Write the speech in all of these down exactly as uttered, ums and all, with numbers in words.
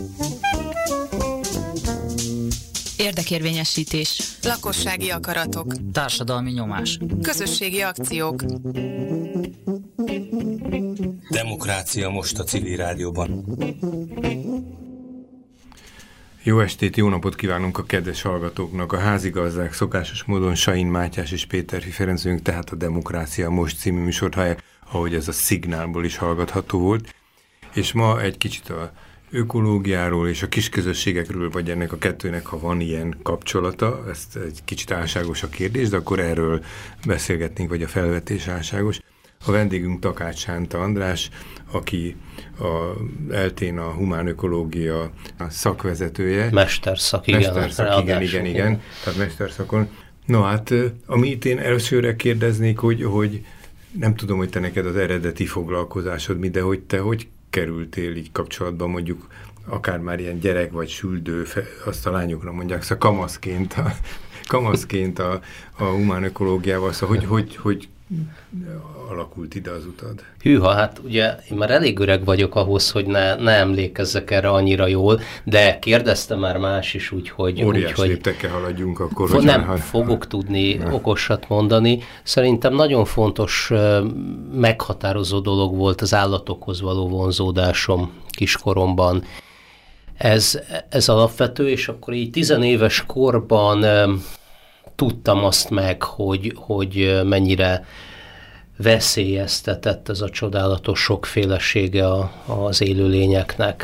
Érdekérvényesítés. Lakossági akaratok. Társadalmi nyomás. Közösségi akciók. Demokrácia most a Civil Rádióban. Jó estét, jó napot kívánunk a kedves hallgatóknak. A házigazdák szokásos módon Sain Mátyás és Péterfi Ferencünk, tehát a Demokrácia most című műsort hallják, ahogy ez a Szignálból is hallgatható volt. És ma egy kicsit a ökológiáról és a kisközösségekről, vagy ennek a kettőnek, ha van ilyen kapcsolata, ezt egy kicsit álságos a kérdés, de akkor erről beszélgetnénk, vagy a felvetés álságos. A vendégünk Takács Sánta András, aki a eltén a humán ökológia szakvezetője. Mesterszak, igen. Mesterszak, igen, igen, igen. Tehát mesterszakon. No hát, amit én elsőre kérdeznék, hogy, hogy nem tudom, hogy te neked az eredeti foglalkozásod mi, de hogy te hogy kerültél így kapcsolatban mondjuk akár már ilyen gyerek vagy süldő, azt a lányokra mondják, szóval kamaszként a, kamaszként a, a humán ökológiával, szóval hogy, hogy, hogy alakult ide az utad? Hűha, hát ugye én már elég öreg vagyok ahhoz, hogy ne, ne emlékezzek erre annyira jól, de kérdezte már más is, úgyhogy... Óriás úgy, léptekkel haladjunk akkor. Fo- nem ha, fogok tudni ha. okosat mondani. Szerintem nagyon fontos, meghatározó dolog volt az állatokhoz való vonzódásom kiskoromban. Ez, ez alapvető, és akkor így tizenéves korban tudtam azt meg, hogy, hogy mennyire veszélyeztetett ez a csodálatos sokfélesége a, az élőlényeknek.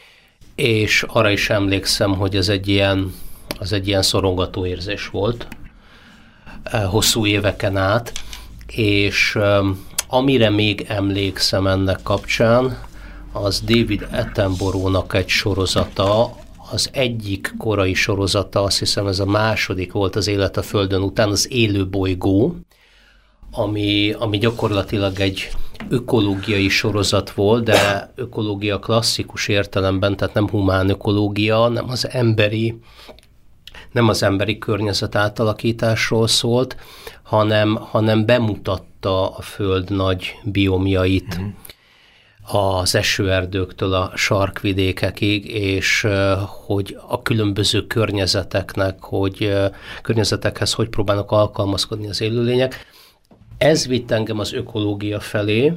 És arra is emlékszem, hogy ez egy ilyen, az egy ilyen szorongató érzés volt hosszú éveken át, és amire még emlékszem ennek kapcsán, az David Attenborough-nak egy sorozata, az egyik korai sorozata, azt hiszem ez a második volt az Élet a Földön után, az Élő bolygó, ami, ami gyakorlatilag egy ökológiai sorozat volt, de ökológia klasszikus értelemben, tehát nem humán ökológia, nem az emberi, nem az emberi környezet átalakításról szólt, hanem, hanem bemutatta a Föld nagy biomjait, mm. az esőerdőktől a sarkvidékekig, és hogy a különböző környezeteknek, hogy környezetekhez hogy próbálnak alkalmazkodni az élőlények. Ez vitt engem az ökológia felé,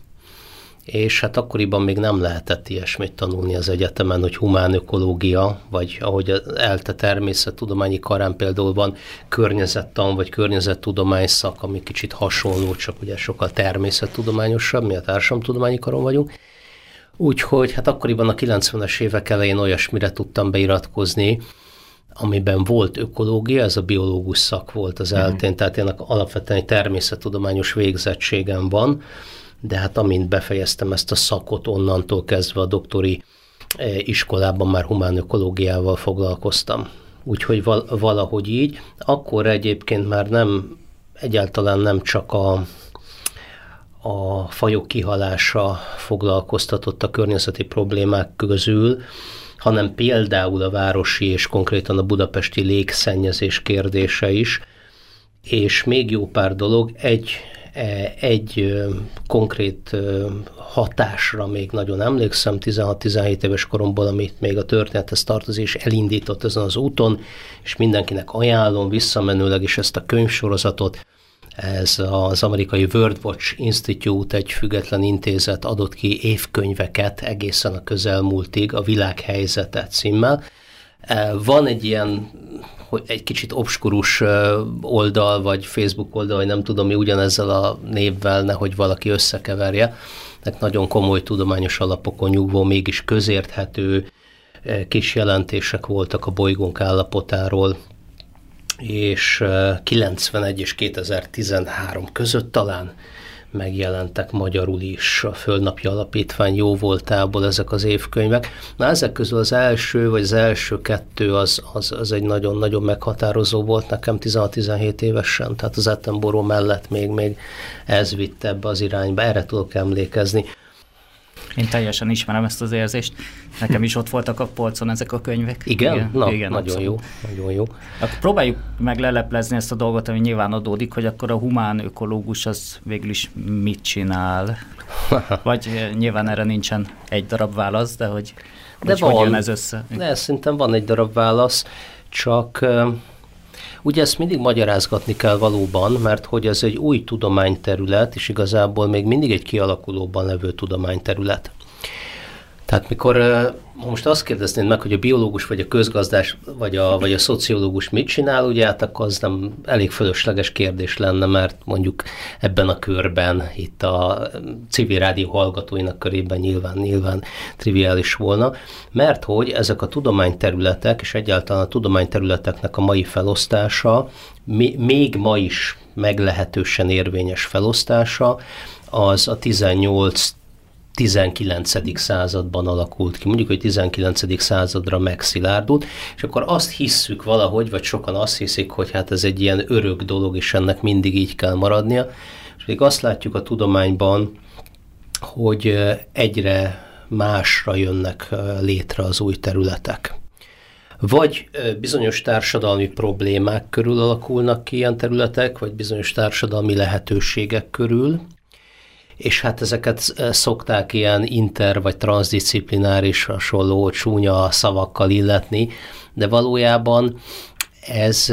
és hát akkoriban még nem lehetett ilyesmit tanulni az egyetemen, hogy humán ökológia, vagy ahogy az ELTE természettudományi karán például van környezettan, vagy környezettudomány szak, ami kicsit hasonló, csak ugye sokkal természettudományosabb, mi a társadalomtudományi karon vagyunk. Úgyhogy hát akkoriban a kilencvenes évek elején olyasmire tudtam beiratkozni, amiben volt ökológia, ez a biológus szak volt az eltén, mm. tehát ennek alapvetően egy természettudományos végzettségem van, de hát amint befejeztem ezt a szakot, onnantól kezdve a doktori iskolában már humán ökológiával foglalkoztam. Úgyhogy val- valahogy így. Akkor egyébként már nem, egyáltalán nem csak a, a fajok kihalása foglalkoztatott a környezeti problémák közül, hanem például a városi és konkrétan a budapesti légszennyezés kérdése is, és még jó pár dolog, egy Egy konkrét hatásra még nagyon emlékszem, tizenhat-tizenhét éves koromból, amit még a történethez tartozik, és elindított ezen az úton, és mindenkinek ajánlom visszamenőleg is ezt a könyvsorozatot. Ez az amerikai World Watch Institute, egy független intézet adott ki évkönyveket egészen a közelmúltig, a világhelyzete címmel. Van egy ilyen, hogy egy kicsit obskurus oldal, vagy Facebook oldal, vagy nem tudom mi, ugyanezzel a névvel, nehogy valaki összekeverje. Nagyon komoly tudományos alapokon nyugvó, mégis közérthető kis jelentések voltak a bolygónk állapotáról, és kilencvenegy és kétezer-tizenhárom között talán megjelentek magyarul is a Földnapi Alapítvány jó voltából ezek az évkönyvek. Na ezek közül az első, vagy az első kettő az, az, az egy nagyon-nagyon meghatározó volt nekem tizenhat-tizenhét évesen, tehát az Attenborough mellett még, még ez vitt ebbe az irányba, erre tudok emlékezni. Én teljesen ismerem ezt az érzést. Nekem is ott voltak a polcon ezek a könyvek. Igen? Igen, Na, igen nagyon abszolút. jó. Nagyon jó. Akkor próbáljuk meg leleplezni ezt a dolgot, ami nyilván adódik, hogy akkor a humán ökológus az végül is mit csinál? Vagy nyilván erre nincsen egy darab válasz, de hogy... De van, van, jön ez össze? De szerintem van egy darab válasz, csak ugye ezt mindig magyarázgatni kell valóban, mert hogy ez egy új tudományterület, és igazából még mindig egy kialakulóban levő tudományterület. Tehát mikor most azt kérdeznéd meg, hogy a biológus, vagy a közgazdás, vagy a, vagy a szociológus mit csinál, ugye, hát akkor az nem elég fölösleges kérdés lenne, mert mondjuk ebben a körben, itt a civil rádió hallgatóinak körében nyilván, nyilván triviális volna, mert hogy ezek a tudományterületek, és egyáltalán a tudományterületeknek a mai felosztása, még ma is meglehetősen érvényes felosztása, az a tizennyolc tizenkilencedik században alakult ki, mondjuk, hogy tizenkilencedik századra megszilárdult, és akkor azt hisszük valahogy, vagy sokan azt hiszik, hogy hát ez egy ilyen örök dolog, és ennek mindig így kell maradnia, és még azt látjuk a tudományban, hogy egyre másra jönnek létre az új területek. Vagy bizonyos társadalmi problémák körül alakulnak ki ilyen területek, vagy bizonyos társadalmi lehetőségek körül, és hát ezeket szokták ilyen inter- vagy transzdisziplináris hasonló csúnya szavakkal illetni, de valójában ez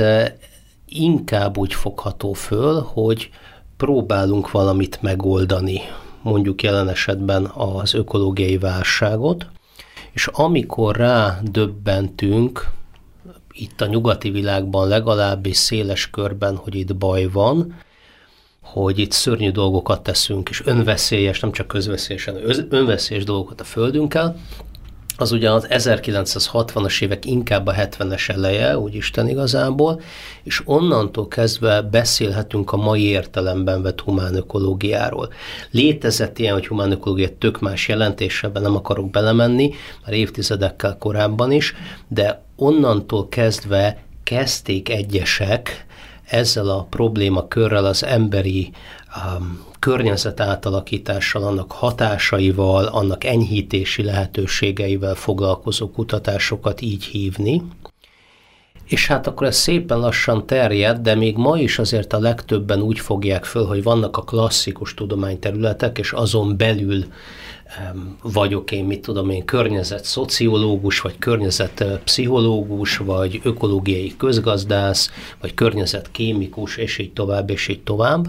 inkább úgy fogható föl, hogy próbálunk valamit megoldani, mondjuk jelen esetben az ökológiai válságot, és amikor rá döbbentünk, itt a nyugati világban legalábbis széles körben, hogy itt baj van, hogy itt szörnyű dolgokat teszünk, és önveszélyes, nem csak közveszélyesen, önveszélyes dolgokat a földünkkel, az ugye az ezerkilencszázhatvanas évek inkább a hetvenes eleje, úgy Isten igazából, és onnantól kezdve beszélhetünk a mai értelemben vett humánökológiáról. Létezett ilyen, hogy humánökológia tök más jelentésében nem akarok belemenni, már évtizedekkel korábban is, de onnantól kezdve kezdték egyesek ezzel a problémakörrel, az emberi um, környezet átalakítással, annak hatásaival, annak enyhítési lehetőségeivel foglalkozó kutatásokat így hívni. És hát akkor ez szépen lassan terjed, de még ma is azért a legtöbben úgy fogják föl, hogy vannak a klasszikus tudományterületek, és azon belül um, vagyok én, mit tudom én, környezetszociológus, vagy környezetpszichológus, vagy ökológiai közgazdász, vagy környezetkémikus, és így tovább, és így tovább.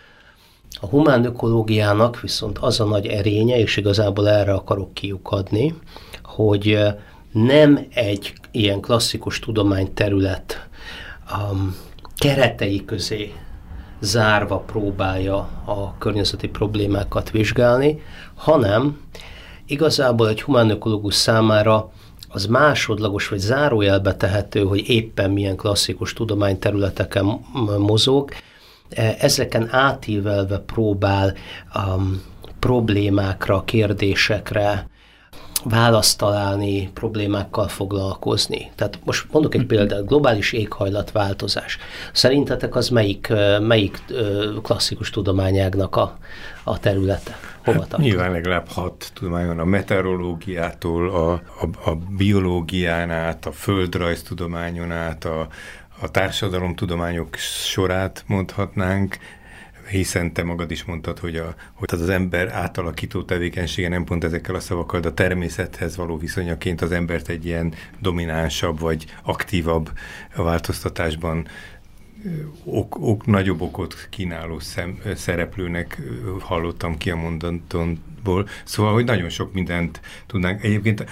A humánökológiának viszont az a nagy erénye, és igazából erre akarok kiukadni, hogy nem egy ilyen klasszikus tudományterület um, keretei közé zárva próbálja a környezeti problémákat vizsgálni, hanem igazából egy humánökológus számára az másodlagos vagy zárójelbe tehető, hogy éppen milyen klasszikus tudományterületeken mozog, ezeken átívelve próbál um, problémákra, kérdésekre választ találni, problémákkal foglalkozni. Tehát most mondok egy példát, globális éghajlatváltozás. Szerintetek az melyik, melyik klasszikus tudományágnak a, a területe? Hova hát nyilván legalább hat tudományon, a meteorológiától, a, a, a biológián át, a földrajztudományon át, a, a társadalomtudományok sorát mondhatnánk, hiszen te magad is mondtad, hogy, a, hogy az ember átalakító tevékenysége nem pont ezekkel a szavakkal, de a természethez való viszonyaként az embert egy ilyen dominánsabb vagy aktívabb változtatásban ok, ok, nagyobb okot kínáló szem, szereplőnek hallottam ki a mondatomból. Szóval, hogy nagyon sok mindent tudnánk. Egyébként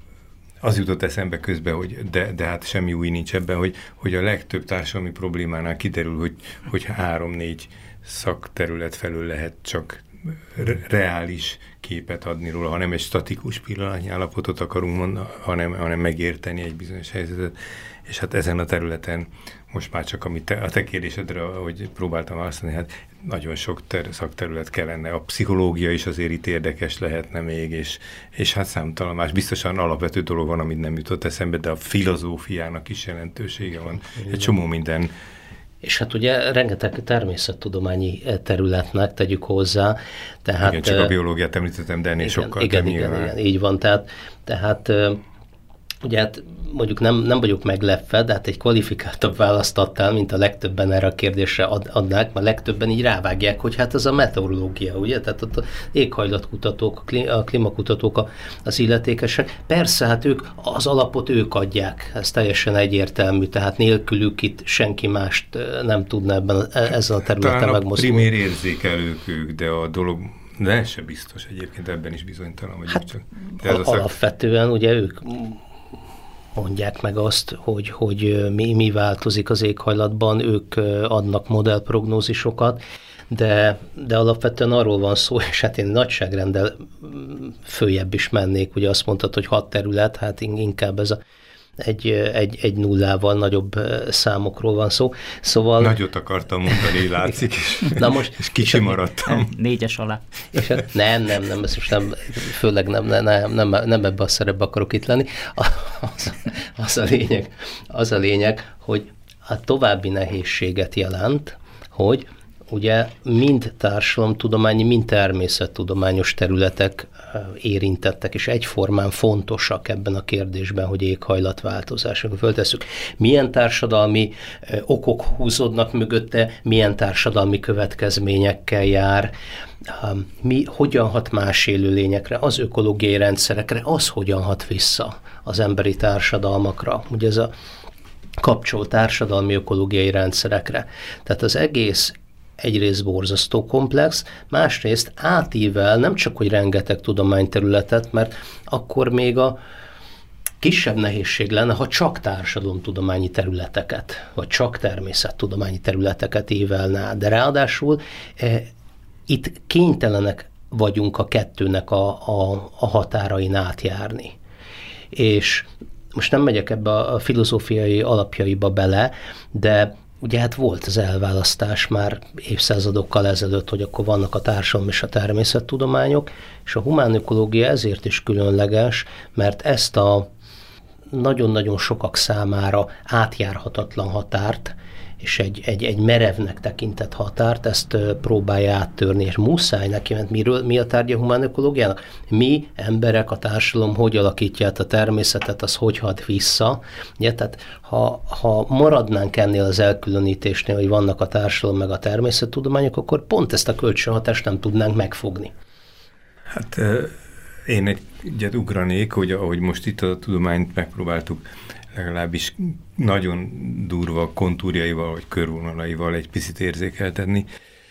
az jutott eszembe közben, hogy de, de hát semmi új nincs ebben, hogy, hogy a legtöbb társadalmi problémánál kiderül, hogy, hogy három-négy szakterület felől lehet csak re- reális képet adni róla, ha nem egy statikus pillanatnyi állapotot akarunk mondani, hanem, hanem megérteni egy bizonyos helyzetet. És hát ezen a területen most már csak amit te, a te kérdésedre, ahogy próbáltam válaszolni, hát nagyon sok ter- szakterület kellene. A pszichológia is azért itt érdekes lehetne még, és, és hát számtalan más. Biztosan alapvető dolog van, amit nem jutott eszembe, de a filozófiának is jelentősége van. Egy csomó minden. És hát ugye rengeteg természettudományi területnek tegyük hozzá. Tehát, igen, csak a biológiát említettem, de ennél igen, sokkal igen, több igen, nyilván. igen, így van. Tehát, tehát ugye hát mondjuk nem, nem vagyok meglepve, de hát egy kvalifikáltabb választ adtál, mint a legtöbben erre a kérdésre ad, adnák, mert legtöbben így rávágják, hogy hát ez a meteorológia, ugye? Tehát ott az éghajlatkutatók, a klímakutatók az illetékesek. Persze, hát ők az alapot ők adják, ez teljesen egyértelmű, tehát nélkülük itt senki mást nem tudna ebben ezen a területen megmozdulni. Talán a primér érzékelők ők, de a dolog, de ez se biztos egyébként, ebben is bizonytalan vagyok. Hát, csak. De ez alapvetően szak... ugye ők mondják meg azt, hogy, hogy mi, mi változik az éghajlatban, ők adnak modellprognózisokat, de, de alapvetően arról van szó, és hát én nagyságrendel följebb is mennék, ugye azt mondtad, hogy hat terület, hát inkább ez a Egy, egy, egy nullával nagyobb számokról van szó. Szóval... Nagyot akartam mondani, látszik, és, Na most, és kicsi maradtam. Négyes alá. És nem, nem, nem, ez most nem, főleg nem, nem, nem, nem ebbe a szerepbe akarok itt lenni. Az, az, a lényeg, az a lényeg, hogy a további nehézséget jelent, hogy ugye mind társadalomtudományi, mind természettudományos területek érintettek, és egyformán fontosak ebben a kérdésben, hogy éghajlatváltozás. Akkor föltesszük, milyen társadalmi okok húzódnak mögötte, milyen társadalmi következményekkel jár, mi hogyan hat más élőlényekre, az ökológiai rendszerekre, az hogyan hat vissza az emberi társadalmakra. Ugye ez a kapcsolt társadalmi ökológiai rendszerekre. Tehát az egész egyrészt borzasztó komplex, másrészt átível nem csak, hogy rengeteg tudományterületet, mert akkor még a kisebb nehézség lenne, ha csak társadalomtudományi területeket, vagy csak természettudományi területeket ívelne, de ráadásul e, itt kénytelenek vagyunk a kettőnek a, a, a határain átjárni. És most nem megyek ebbe a filozófiai alapjaiba bele, de ugye hát volt az elválasztás már évszázadokkal ezelőtt, hogy akkor vannak a társadalom és a természettudományok, és a humánökológia ezért is különleges, mert ezt a nagyon-nagyon sokak számára átjárhatatlan határt, és egy, egy, egy merevnek tekintett határt, ezt próbálja áttörni, és muszáj neki, mert miről, mi a tárgya a humánökológiának? Mi, emberek, a társadalom, hogy alakítja át a természetet, az hogy hat vissza. Ugye, tehát ha, ha maradnánk ennél az elkülönítésnél, hogy vannak a társadalom meg a természettudományok, akkor pont ezt a kölcsönhatást nem tudnánk megfogni. Hát én egy, egyet ugranék, hogy ahogy most itt a tudományt megpróbáltuk legalábbis nagyon durva kontúrjaival, vagy körvonalaival egy picit érzékeltetni.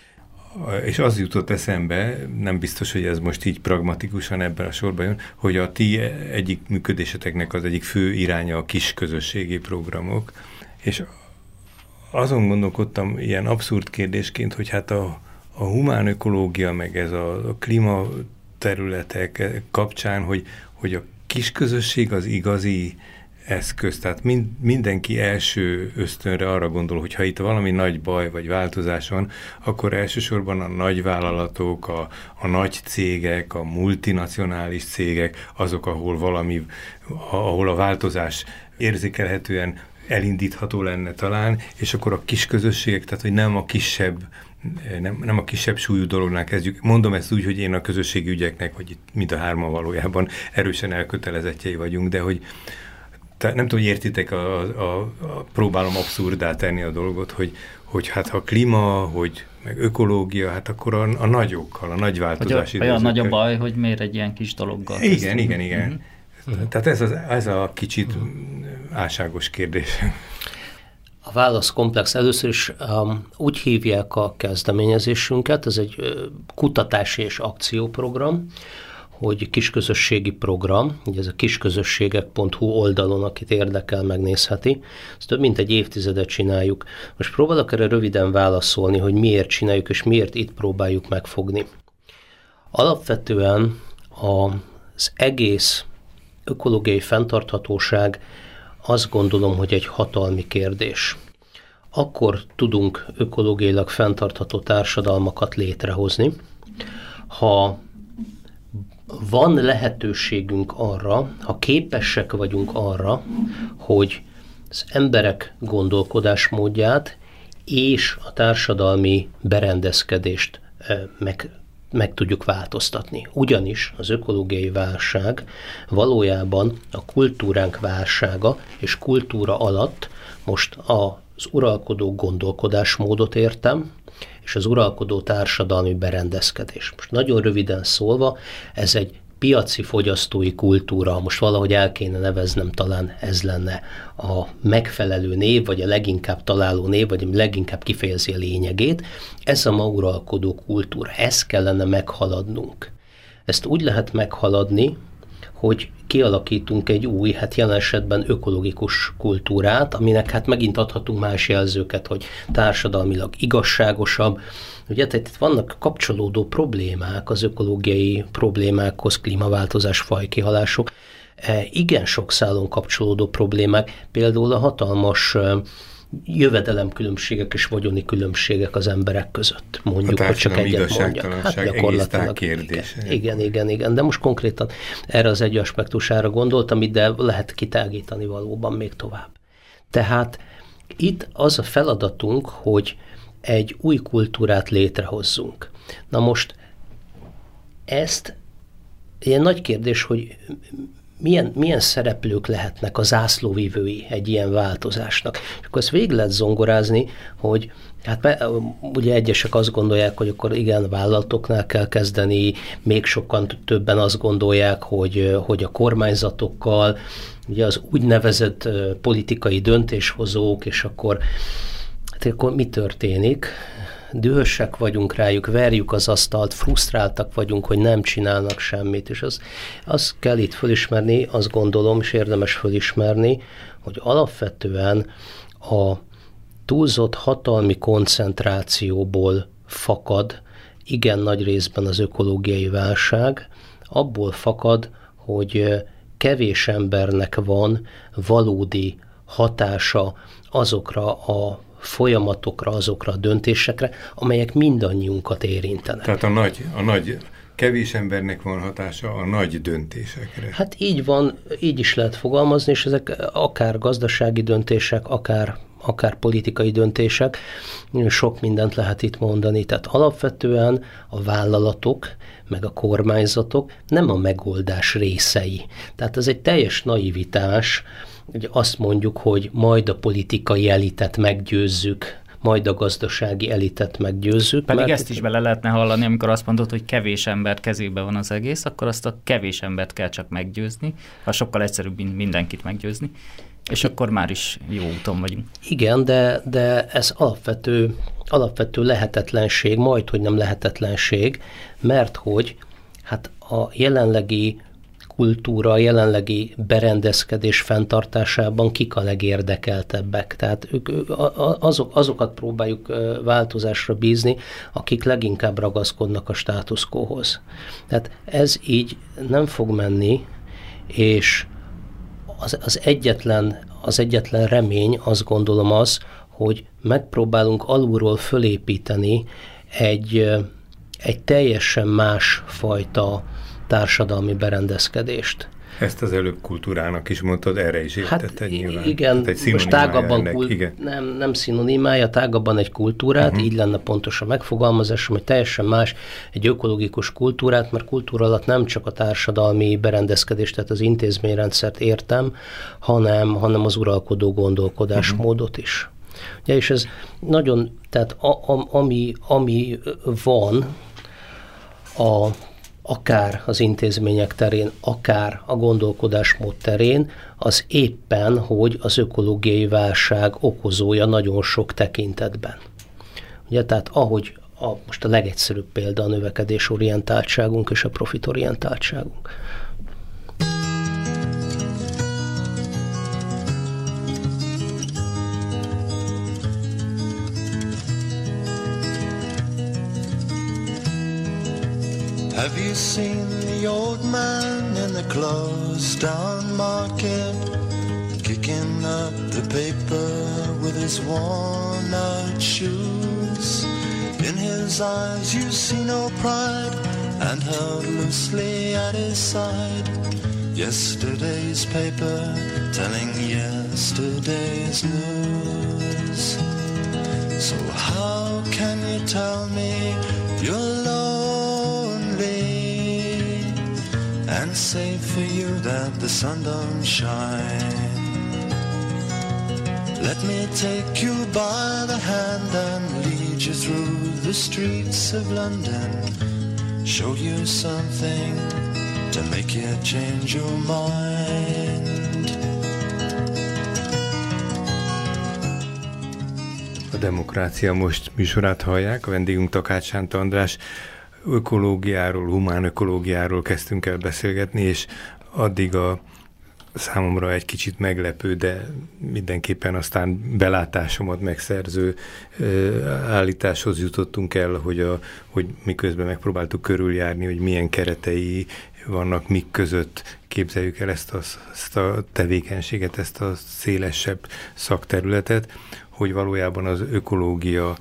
És az jutott eszembe, nem biztos, hogy ez most így pragmatikusan ebben a sorban jön, hogy a ti egyik működéseteknek az egyik fő iránya a kis közösségi programok, és azon gondolkodtam ilyen abszurd kérdésként, hogy hát a, a humán ökológia, meg ez a, a klímaterületek kapcsán, hogy, hogy a kis közösség az igazi eszköz. Tehát mind, mindenki első ösztönre arra gondol, hogy ha itt valami nagy baj vagy változás van, akkor elsősorban a nagy vállalatok, a, a nagy cégek, a multinacionális cégek, azok, ahol valami, ahol a változás érzékelhetően elindítható lenne talán, és akkor a kis közösségek, tehát hogy nem a kisebb Nem, nem a kisebb súlyú dolognál kezdjük. Mondom ezt úgy, hogy én a közösségi ügyeknek, vagy itt mind a hárman valójában erősen elkötelezettjei vagyunk, de hogy nem tudom, hogy értitek, a, a, a, próbálom abszurdá tenni a dolgot, hogy, hogy hát ha klíma, hogy meg ökológia, hát akkor a, a nagyokkal, a nagy változási Olyan nagy a baj, hogy miért egy ilyen kis dologgal. Igen, kezdeni. igen, igen. Uh-huh. Tehát ez, az, ez a kicsit uh-huh. álságos kérdés. A válasz komplex. Először is um, úgy hívják a kezdeményezésünket, ez egy uh, kutatási és akcióprogram, hogy kisközösségi program, ugye ez a kisközösségek pont hu oldalon, akit érdekel, megnézheti. Ezt több mint egy évtizedet csináljuk. Most próbálok erre röviden válaszolni, hogy miért csináljuk, és miért itt próbáljuk megfogni. Alapvetően az egész ökológiai fenntarthatóság azt gondolom, hogy egy hatalmi kérdés. Akkor tudunk ökológiailag fenntartható társadalmakat létrehozni, ha van lehetőségünk arra, ha képesek vagyunk arra, hogy az emberek gondolkodásmódját és a társadalmi berendezkedést meg meg tudjuk változtatni. Ugyanis az ökológiai válság valójában a kultúránk válsága, és kultúra alatt most az uralkodó gondolkodásmódot értem, és az uralkodó társadalmi berendezkedés. Most nagyon röviden szólva, ez egy piaci fogyasztói kultúra, most valahogy el kéne neveznem, talán ez lenne a megfelelő név, vagy a leginkább találó név, vagy a leginkább kifejezi a lényegét. Ez a ma uralkodó kultúra, ezt kellene meghaladnunk. Ezt úgy lehet meghaladni, hogy kialakítunk egy új, hát jelen esetben ökológikus kultúrát, aminek hát megint adhatunk más jelzőket, hogy társadalmilag igazságosabb. Ugye, tehát itt vannak kapcsolódó problémák az ökológiai problémákhoz, klímaváltozás, fajkihalások, e, igen sok szálon kapcsolódó problémák, például a hatalmas jövedelemkülönbségek és vagyoni különbségek az emberek között, mondjuk, hogy csak egyet mondjak. Hát gyakorlatilag kérdése. Igen, igen, igen, igen, de most konkrétan erre az egy aspektusára gondoltam, de lehet kitágítani valóban még tovább. Tehát itt az a feladatunk, hogy egy új kultúrát létrehozzunk. Na most ezt ilyen nagy kérdés, hogy milyen, milyen szereplők lehetnek a zászlóvivői egy ilyen változásnak. És akkor ezt végig lehet zongorázni, hogy hát ugye egyesek azt gondolják, hogy akkor igen, vállalatoknál kell kezdeni, még sokan többen azt gondolják, hogy, hogy a kormányzatokkal, ugye az úgynevezett politikai döntéshozók, és akkor, hát akkor mi történik? Dühösek vagyunk rájuk, verjük az asztalt, frusztráltak vagyunk, hogy nem csinálnak semmit, és az, azt kell itt fölismerni, azt gondolom, és érdemes fölismerni, hogy alapvetően a túlzott hatalmi koncentrációból fakad igen nagy részben az ökológiai válság, abból fakad, hogy kevés embernek van valódi hatása azokra a folyamatokra, azokra a döntésekre, amelyek mindannyiunkat érintenek. Tehát a nagy, a nagy, kevés embernek van hatása a nagy döntésekre. Hát így van, így is lehet fogalmazni, és ezek akár gazdasági döntések, akár, akár politikai döntések, sok mindent lehet itt mondani. Tehát alapvetően a vállalatok, meg a kormányzatok nem a megoldás részei. Tehát ez egy teljes naivitás, hogy azt mondjuk, hogy majd a politikai elitet meggyőzzük, majd a gazdasági elitet meggyőzzük. Pedig mert ezt is bele lehetne hallani, amikor azt mondod, hogy kevés ember kezében van az egész, akkor azt a kevés embert kell csak meggyőzni, ha sokkal egyszerűbb mindenkit meggyőzni, és akkor már is jó úton vagyunk. Igen, de, de ez alapvető, alapvető lehetetlenség, majd hogy nem lehetetlenség, mert hogy hát a jelenlegi kultúra, a jelenlegi berendezkedés fenntartásában kik a legérdekeltebbek. Tehát ők, azok, azokat próbáljuk változásra bízni, akik leginkább ragaszkodnak a status quohoz. Tehát ez így nem fog menni, és az, az, egyetlen, az egyetlen remény, azt gondolom az, hogy megpróbálunk alulról fölépíteni egy, egy teljesen más fajta társadalmi berendezkedést. Ezt az előbb kultúrának is mondtad, erre is értetted hát nyilván. Igen, most tágabban, kul- igen. Nem, nem szinonimája, tágabban egy kultúrát, uh-huh. így lenne pontos a megfogalmazásom, hogy teljesen más egy ökológikus kultúrát, mert kultúra alatt nem csak a társadalmi berendezkedést, tehát az intézményrendszert értem, hanem, hanem az uralkodó gondolkodásmódot uh-huh. is. Ugye, és ez nagyon, tehát a, a, ami, ami van a akár az intézmények terén, akár a gondolkodásmód terén, az éppen, hogy az ökológiai válság okozója nagyon sok tekintetben. Ugye, tehát ahogy a, most a legegyszerűbb példa a növekedésorientáltságunk és a profitorientáltságunk. Have you seen the old man in the closed-down market, kicking up the paper with his worn-out shoes? In his eyes you see no pride, and held loosely at his side, yesterday's paper telling yesterday's news. So how can you tell me you're low? for you that the sun don't shine. Let me take you by the hand and lead you through the streets of London. Show you something to make you change your mind. A Demokrácia Most műsorát hallják, a vendégünk Takács Sánta András. Ökológiáról, humán ökológiáról kezdtünk el beszélgetni, és addig a számomra egy kicsit meglepő, de mindenképpen aztán belátásomat megszerző állításhoz jutottunk el, hogy, a, hogy miközben megpróbáltuk körüljárni, hogy milyen keretei vannak, mik között képzeljük el ezt a, ezt a tevékenységet, ezt a szélesebb szakterületet, hogy valójában az ökológia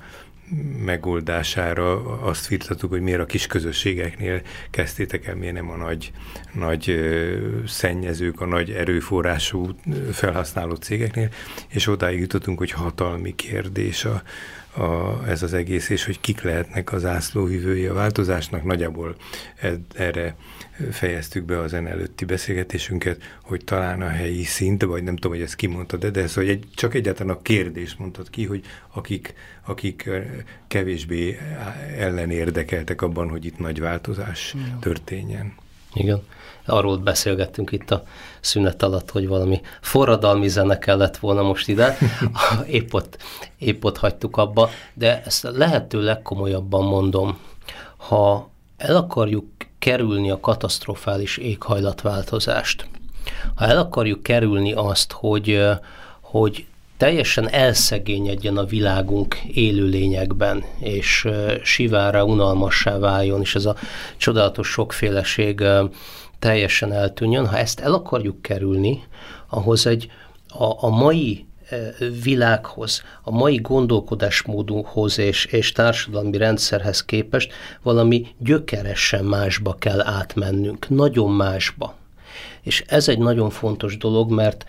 megoldására azt firtattuk, hogy miért a kis közösségeknél kezdtétek el, miért nem a nagy, nagy szennyezők, a nagy erőforrású felhasználó cégeknél, és odáig jutottunk, hogy hatalmi kérdés a, a, ez az egész, és hogy kik lehetnek az zászlóvivői a változásnak. Nagyjából erre fejeztük be az en előtti beszélgetésünket, hogy talán a helyi szint, vagy nem tudom, hogy ezt kimondtad, de, de ez, hogy egy, csak egyáltalán a kérdést mondtad ki, hogy akik, akik kevésbé ellenérdekeltek abban, hogy itt nagy változás ja. történjen. Igen. Arról beszélgettünk itt a szünet alatt, hogy valami forradalmi zene kellett volna most ide. Épp ott, épp ott hagytuk abba, de ezt lehető legkomolyabban mondom. Ha el akarjuk kerülni a katasztrofális éghajlatváltozást, ha el akarjuk kerülni azt, hogy, hogy teljesen elszegényedjen a világunk élőlényekben, és sivára, unalmassá váljon, és ez a csodálatos sokféleség teljesen eltűnjön, ha ezt el akarjuk kerülni, ahhoz egy a, a mai világhoz, a mai gondolkodásmódunkhoz és, és társadalmi rendszerhez képest valami gyökeresen másba kell átmennünk, nagyon másba. És ez egy nagyon fontos dolog, mert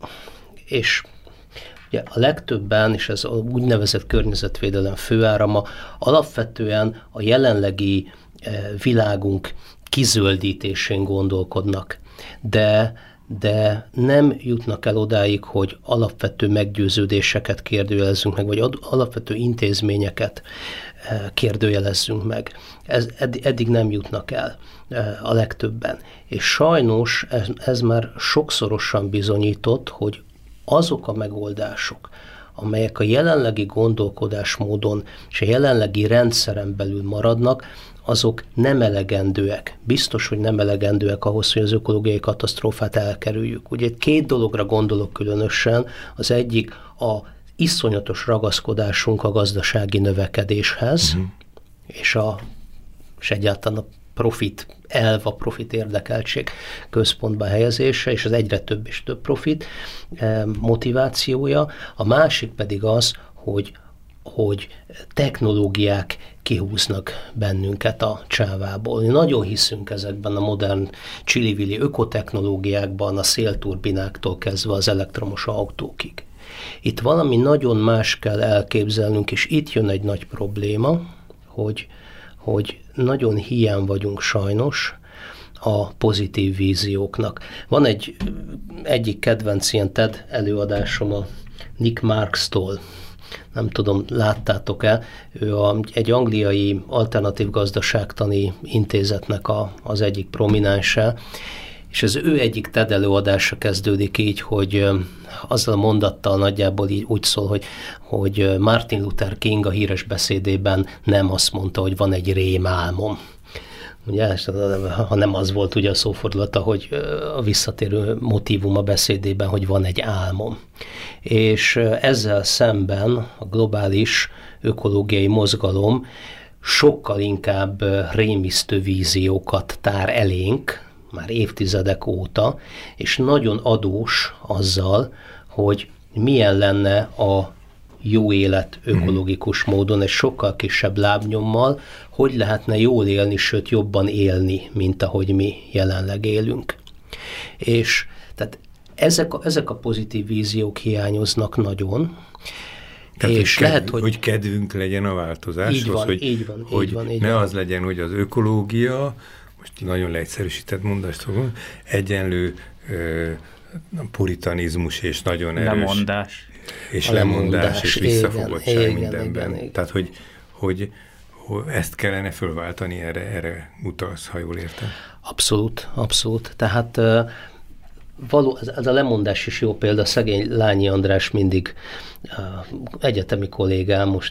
és ugye a legtöbben, és ez a úgynevezett környezetvédelem főárama, alapvetően a jelenlegi világunk kizöldítésén gondolkodnak, de de nem jutnak el odáig, hogy alapvető meggyőződéseket kérdőjelezzünk meg, vagy alapvető intézményeket kérdőjelezzünk meg. Ez, eddig nem jutnak el a legtöbben. És sajnos ez, ez már sokszorosan bizonyított, hogy azok a megoldások, amelyek a jelenlegi gondolkodásmódon és a jelenlegi rendszeren belül maradnak, azok nem elegendőek. Biztos, hogy nem elegendőek ahhoz, hogy az ökológiai katasztrófát elkerüljük. Ugye két dologra gondolok különösen. Az egyik a iszonyatos ragaszkodásunk a gazdasági növekedéshez, uh-huh. és, a, és egyáltalán a profit elv, a profit érdekeltség központba helyezése, és az egyre több és több profit motivációja. A másik pedig az, hogy hogy technológiák kihúznak bennünket a csávából. Nagyon hiszünk ezekben a modern csili-vili ökotechnológiákban, a szélturbináktól kezdve az elektromos autókig. Itt valami nagyon más kell elképzelnünk, és itt jön egy nagy probléma, hogy, hogy nagyon hiány vagyunk sajnos a pozitív vízióknak. Van egy egyik kedvenc ilyen TED előadásom a Nick Marks-tól, nem tudom, láttátok-e, ő a, egy angliai alternatív gazdaságtani intézetnek a, az egyik prominense, és az ő egyik TED előadása kezdődik így, hogy azzal a mondattal nagyjából így úgy szól, hogy, hogy Martin Luther King a híres beszédében nem azt mondta, hogy van egy rémálmom. Ugye, ha nem az volt ugye a szófordulata, hogy a visszatérő motívum a beszédében, hogy van egy álmom. És ezzel szemben a globális ökológiai mozgalom sokkal inkább rémisztő víziókat tár elénk, már évtizedek óta, és nagyon adós azzal, hogy milyen lenne a jó élet ökológikus módon, egy sokkal kisebb lábnyommal, hogy lehetne jól élni, sőt jobban élni, mint ahogy mi jelenleg élünk. És tehát ezek a, ezek a pozitív víziók hiányoznak nagyon, tehát, és hogy lehet, kedv, hogy... hogy kedvünk legyen a változáshoz, így van, hogy, így van, hogy így van, így ne van. az legyen, hogy az ökológia, most nagyon leegyszerűsített mondást fogom, egyenlő ö, puritanizmus és nagyon erős... Lemondás. És lemondás, lemondás és visszafogottság igen, mindenben. Igen, igen. Tehát, hogy, hogy, hogy ezt kellene fölváltani, erre, erre utalsz, ha jól értem. Abszolút, abszolút. Tehát uh, való, ez, ez a lemondás is jó példa. Szegény Lányi András mindig uh, egyetemi kollégám, most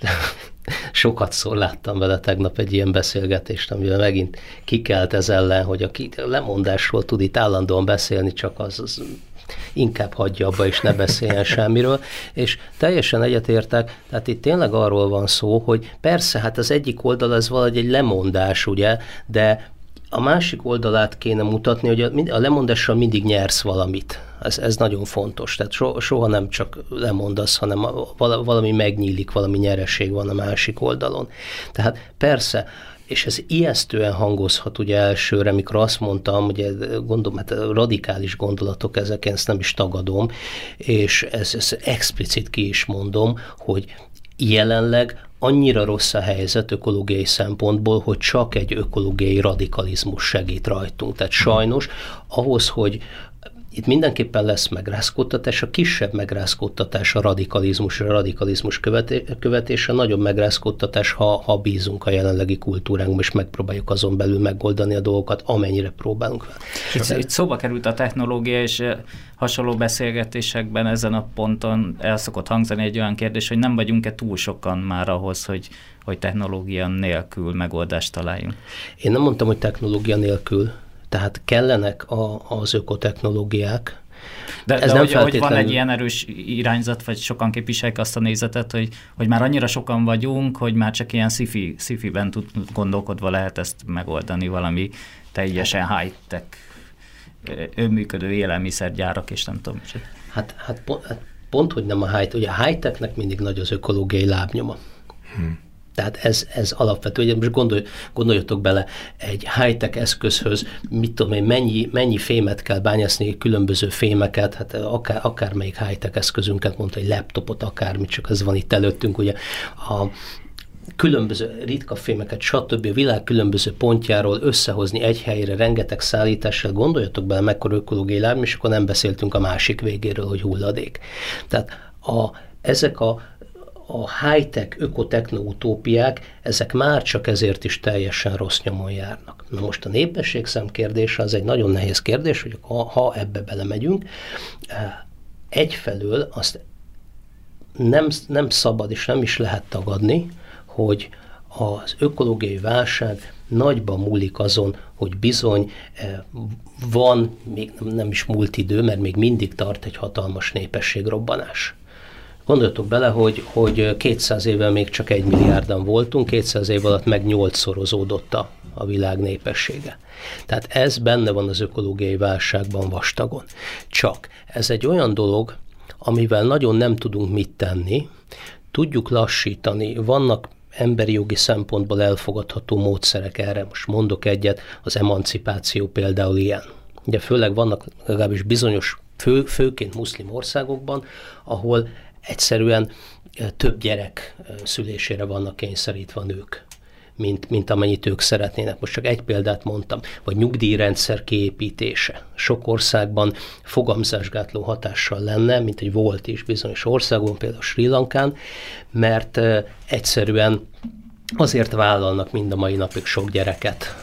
sokat szor láttam vele tegnap egy ilyen beszélgetést, amivel megint kikelt ez ellen, hogy aki lemondásról tud itt állandóan beszélni, csak az, az inkább hagyja abba, és ne beszéljen semmiről, és teljesen egyetértek, tehát itt tényleg arról van szó, hogy persze, hát az egyik oldal ez valahogy egy lemondás, ugye, de a másik oldalát kéne mutatni, hogy a, a lemondással mindig nyersz valamit. Ez, ez nagyon fontos. Tehát so, soha nem csak lemondasz, hanem a, valami megnyílik, valami nyereség van a másik oldalon. Tehát persze, és ez ijesztően hangozhat ugye elsőre, mikor azt mondtam, ugye gondolom, hát radikális gondolatok ezek, én ezt nem is tagadom, és ezt, ezt explicit ki is mondom, hogy jelenleg annyira rossz a helyzet ökológiai szempontból, hogy csak egy ökológiai radikalizmus segít rajtunk. Tehát sajnos ahhoz, hogy itt mindenképpen lesz megrázkódtatás, a kisebb megrázkódtatás a radikalizmus, a radikalizmus követé, követése, nagyobb megrázkódtatás, ha, ha bízunk a jelenlegi kultúránkban, és megpróbáljuk azon belül megoldani a dolgokat, amennyire próbálunk. Itt, itt szóba került a technológia, és hasonló beszélgetésekben ezen a ponton el szokott hangzani egy olyan kérdés, hogy nem vagyunk-e túl sokan már ahhoz, hogy, hogy technológia nélkül megoldást találjunk. Én nem mondtam, hogy technológia nélkül. Tehát kellenek a, az ökotechnológiák. De, Ez de nem hogy, feltétlenül... hogy van egy ilyen erős irányzat, vagy sokan képviselik azt a nézetet, hogy, hogy már annyira sokan vagyunk, hogy már csak ilyen sci-fi, sci-fiben tud, gondolkodva lehet ezt megoldani, valami teljesen high-tech, önműködő élelmiszergyárak, és nem tudom. Hát, hát pont, pont, hogy nem a high-tech. Ugye a high-technek mindig nagy az ökológiai lábnyoma. Hmm. Tehát ez, ez alapvető. Ugye most gondolj, gondoljatok bele, egy high-tech eszközhöz, mit tudom én, mennyi, mennyi fémet kell bányászni, különböző fémeket, hát akár, akármelyik high-tech eszközünket, mondta, egy laptopot, akármit, csak ez van itt előttünk, ugye a különböző ritka fémeket, stb. A világ különböző pontjáról összehozni egy helyre, rengeteg szállítással, gondoljatok bele, mekkora ökológiai lábnyom, és akkor nem beszéltünk a másik végéről, hogy hulladék. Tehát a, ezek a a high-tech, ökotechno-utópiák, ezek már csak ezért is teljesen rossz nyomon járnak. Na most a népességszám kérdése az egy nagyon nehéz kérdés, hogy ha, ha ebbe belemegyünk, egyfelől azt nem, nem szabad és nem is lehet tagadni, hogy az ökológiai válság nagyban múlik azon, hogy bizony van, még nem is múlt idő, mert még mindig tart egy hatalmas népességrobbanás. Gondoljatok bele, hogy, hogy kétszáz éve még csak egy milliárdan voltunk, kétszáz év alatt meg nyolcszorozódott a, a világ népessége. Tehát ez benne van az ökológiai válságban vastagon. Csak ez egy olyan dolog, amivel nagyon nem tudunk mit tenni, tudjuk lassítani, vannak emberi jogi szempontból elfogadható módszerek erre, most mondok egyet, az emancipáció például ilyen. Ugye főleg vannak legalábbis bizonyos, fő, főként muszlim országokban, ahol egyszerűen több gyerek szülésére vannak kényszerítve a nők, mint, mint amennyit ők szeretnének. Most csak egy példát mondtam, vagy nyugdíjrendszer kiépítése. Sok országban fogamzásgátló hatással lenne, mint egy volt is bizonyos országban, például Sri Lankán, mert egyszerűen azért vállalnak mind a mai napig sok gyereket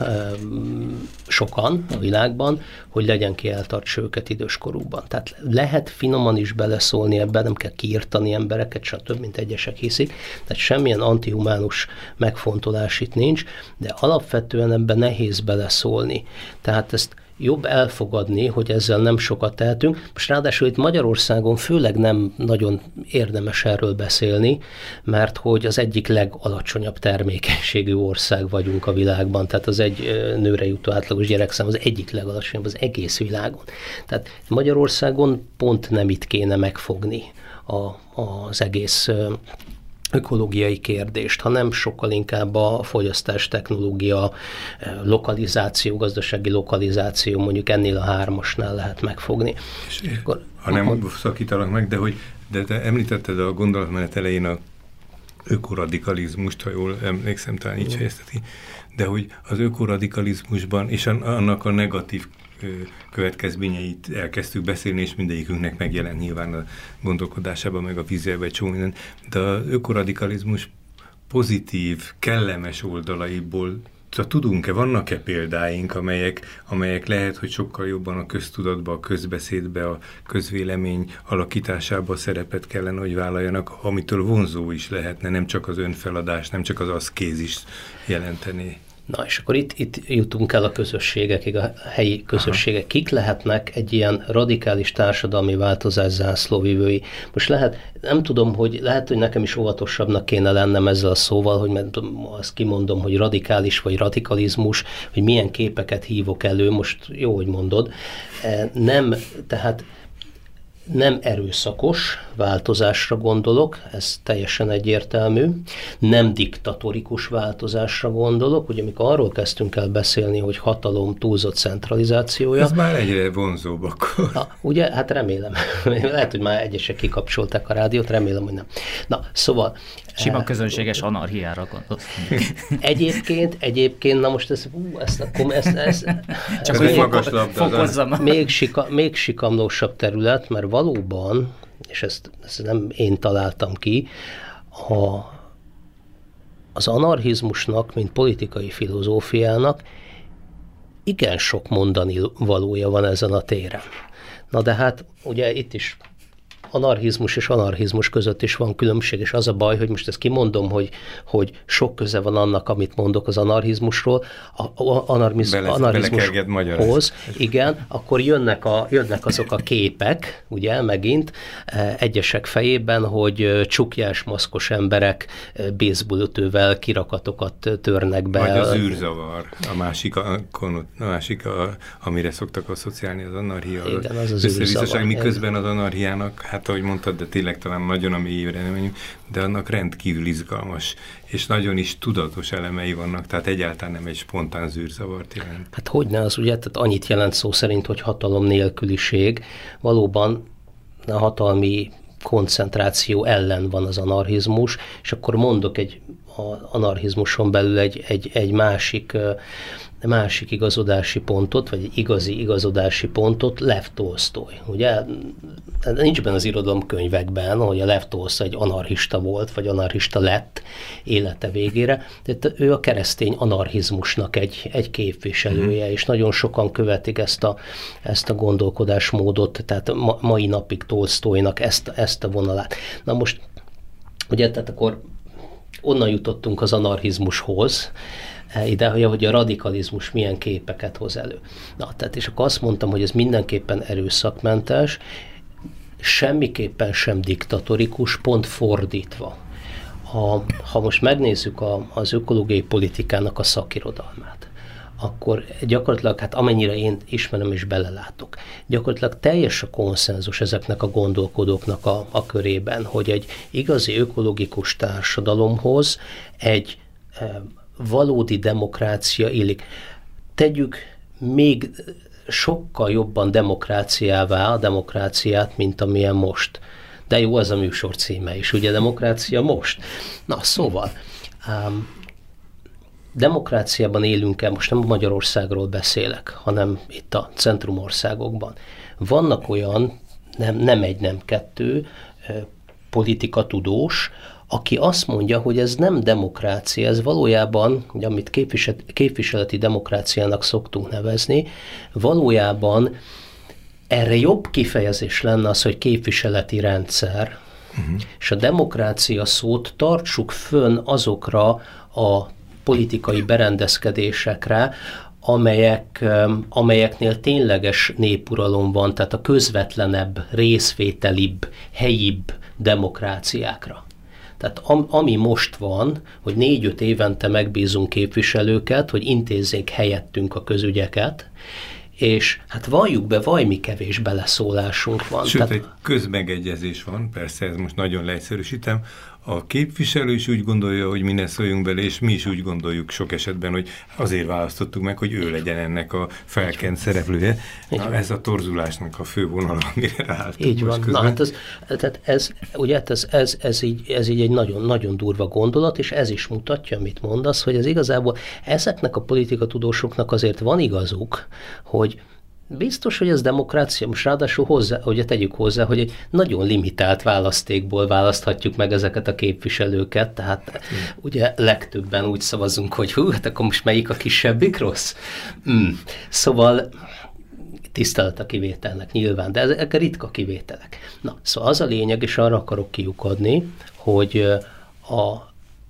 sokan a világban, hogy legyen ki eltartsa őket időskorukban. Tehát lehet finoman is beleszólni ebben, nem kell kiirtani embereket, stb., mint egyesek hiszik. Tehát semmilyen antihumánus megfontolás itt nincs, de alapvetően ebben nehéz beleszólni. Tehát ezt jobb elfogadni, hogy ezzel nem sokat tehetünk. Most ráadásul itt Magyarországon főleg nem nagyon érdemes erről beszélni, mert hogy az egyik legalacsonyabb termékenységű ország vagyunk a világban, tehát az egy nőre jutó átlagos gyerekszám az egyik legalacsonyabb az egész világon. Tehát Magyarországon pont nem itt kéne megfogni a, az egész ökológiai kérdést, hanem sokkal inkább a fogyasztás technológia, lokalizáció, gazdasági lokalizáció, mondjuk ennél a hármasnál lehet megfogni. És és akkor, ha nem akkor... szakítalak meg, de hogy de te említetted a gondolatmenet elején a ökoradikalizmust, ha jól emlékszem, talán így fejezteti, de hogy az ökoradikalizmusban és annak a negatív következményeit elkezdtük beszélni, és mindegyikünknek megjelent nyilván a gondolkodásában, meg a vízjelben egy csomó minden, de az ökoradikalizmus pozitív, kellemes oldalaiból tudunk-e, vannak-e példáink, amelyek, amelyek lehet, hogy sokkal jobban a köztudatba, a közbeszédbe, a közvélemény alakításába szerepet kellene, hogy vállaljanak, amitől vonzó is lehetne, nem csak az önfeladás, nem csak az aszkézis jelenteni. Na, és akkor itt, itt jutunk el a közösségekig, a helyi közösségek. Aha. Kik lehetnek egy ilyen radikális társadalmi változás zászlóvivői? Most lehet, nem tudom, hogy lehet, hogy nekem is óvatosabbnak kéne lennem ezzel a szóval, hogy mert azt kimondom, hogy radikális vagy radikalizmus, hogy milyen képeket hívok elő, most jó, hogy mondod. Nem, tehát nem erőszakos változásra gondolok, ez teljesen egyértelmű, nem diktatórikus változásra gondolok, ugye amikor arról kezdtünk el beszélni, hogy hatalom túlzott centralizációja. Ez már egyre vonzóbb akkor. Na, ugye, hát remélem. Lehet, hogy már egyesek kikapcsolták a rádiót, remélem, hogy nem. Na, szóval... Sima közönséges anarchiára gondolsz. Egyébként, egyébként, na most ez, ú, ezt akkor, ezt, ezt, Csak ez magas labda. Még, sika, még sikamlósabb terület, mert valóban, és ezt, ezt nem én találtam ki, a, az anarchizmusnak, mint politikai filozófiának igen sok mondani valója van ezen a téren. Na de hát ugye itt is anarchizmus és anarchizmus között is van különbség, és az a baj, hogy most ezt kimondom, hogy, hogy sok köze van annak, amit mondok az anarchizmusról, a, a, anarchiz, Bele, anarchizmushoz, igen, akkor jönnek, a, jönnek azok a képek, ugye, megint, egyesek fejében, hogy csukjás, maszkos emberek baseballütővel kirakatokat törnek be. Vagy az űrzavar, a másik, a, a másik a, amire szoktak asszociálni az anarchia. Igen, az az űrzavar. Miközben az anarchiának, hát ahogy mondtad, de tényleg talán nagyon a mélyére nem menjünk, de annak rendkívül izgalmas, és nagyon is tudatos elemei vannak, tehát egyáltalán nem egy spontán zűrzavart jelent. Hát hogyne az, ugye, tehát annyit jelent szó szerint, hogy hatalom nélküliség. Valóban a hatalmi koncentráció ellen van az anarchizmus, és akkor mondok egy a anarchizmuson belül egy, egy, egy másik, másik igazodási pontot, vagy egy igazi igazodási pontot, Lev Tolsztoj. Ugye nincs benne az irodalomkönyvekben, hogy a Lev Tolsztoj egy anarchista volt, vagy anarchista lett élete végére, de ő a keresztény anarchizmusnak egy, egy képviselője, és nagyon sokan követik ezt a, ezt a gondolkodásmódot, tehát ma, mai napig Tolsztojnak ezt, ezt a vonalát. Na most, ugye, tehát akkor onnan jutottunk az anarchizmushoz, ide, hogy a radikalizmus milyen képeket hoz elő. Na, tehát és akkor azt mondtam, hogy ez mindenképpen erőszakmentes, semmiképpen sem diktatórikus, pont fordítva. Ha, ha most megnézzük a, az ökológiai politikának a szakirodalmát, akkor gyakorlatilag, hát amennyire én ismerem és belelátok, gyakorlatilag teljes a konszenzus ezeknek a gondolkodóknak a, a körében, hogy egy igazi ökológikus társadalomhoz egy e, valódi demokrácia illik. Tegyük még sokkal jobban demokráciává a demokráciát, mint amilyen most. De jó, az a műsor címe is, ugye, demokrácia most. Na, szóval... Um, demokráciában élünk-e, most nem Magyarországról beszélek, hanem itt a centrumországokban. Vannak olyan, nem, nem egy, nem kettő, politikatudós, aki azt mondja, hogy ez nem demokrácia, ez valójában, amit képvisel, képviseleti demokráciának szoktunk nevezni, valójában erre jobb kifejezés lenne az, hogy képviseleti rendszer, uh-huh. és a demokrácia szót tartsuk fönn azokra a politikai berendezkedésekre, amelyek, amelyeknél tényleges népuralom van, tehát a közvetlenebb, részvételibb, helyibb demokráciákra. Tehát am, ami most van, hogy négy-öt évente megbízunk képviselőket, hogy intézzék helyettünk a közügyeket, és hát valljuk be, vajmi kevés beleszólásunk van. Sőt, Tehát... egy közmegegyezés van, persze ez most nagyon leegyszerűsítem, a képviselő is úgy gondolja, hogy mi ne szóljunk bele, és mi is úgy gondoljuk sok esetben, hogy azért választottuk meg, hogy ő legyen ennek a felkent szereplője. Na, ez a torzulásnak a fő vonala, amire ráálltunk. Így van. Na, hát ez, tehát ez, ugye, ez, ez, ez, így, ez így egy nagyon, nagyon durva gondolat, és ez is mutatja, amit mondasz, hogy ez igazából ezeknek a politikatudósoknak azért van igazuk, hogy biztos, hogy ez demokrácia, most ráadásul hozzá, ugye tegyük hozzá, hogy egy nagyon limitált választékból választhatjuk meg ezeket a képviselőket, tehát mm. ugye legtöbben úgy szavazunk, hogy hú, hát akkor most melyik a kisebbik rossz? Mm. Szóval tisztelet a kivételnek nyilván, de ezek ritka kivételek. Na, szóval az a lényeg, és arra akarok kiukadni, hogy a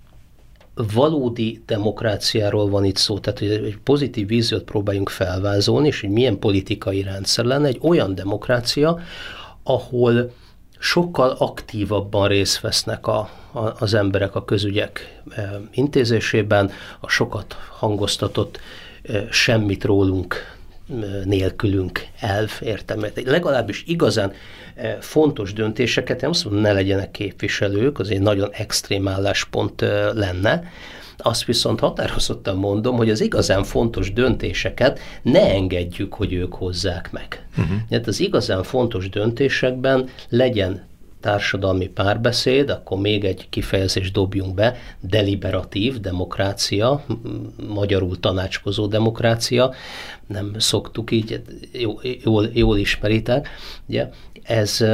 valódi demokráciáról van itt szó, tehát hogy egy pozitív víziót próbáljunk felvázolni, és hogy milyen politikai rendszer lenne egy olyan demokrácia, ahol sokkal aktívabban részt vesznek a, a, az emberek a közügyek e, intézésében, a sokat hangoztatott e, semmit rólunk nélkülünk elv értelmét. Legalábbis igazán fontos döntéseket, nem azt mondom, ne legyenek képviselők, az egy nagyon extrém álláspont lenne, azt viszont határozottan mondom, hogy az igazán fontos döntéseket ne engedjük, hogy ők hozzák meg. Uh-huh. Tehát az igazán fontos döntésekben legyen társadalmi párbeszéd, akkor még egy kifejezést dobjunk be, deliberatív demokrácia, magyarul tanácskozó demokrácia, nem szoktuk így, jól, jól ismeritek, ugye, ez,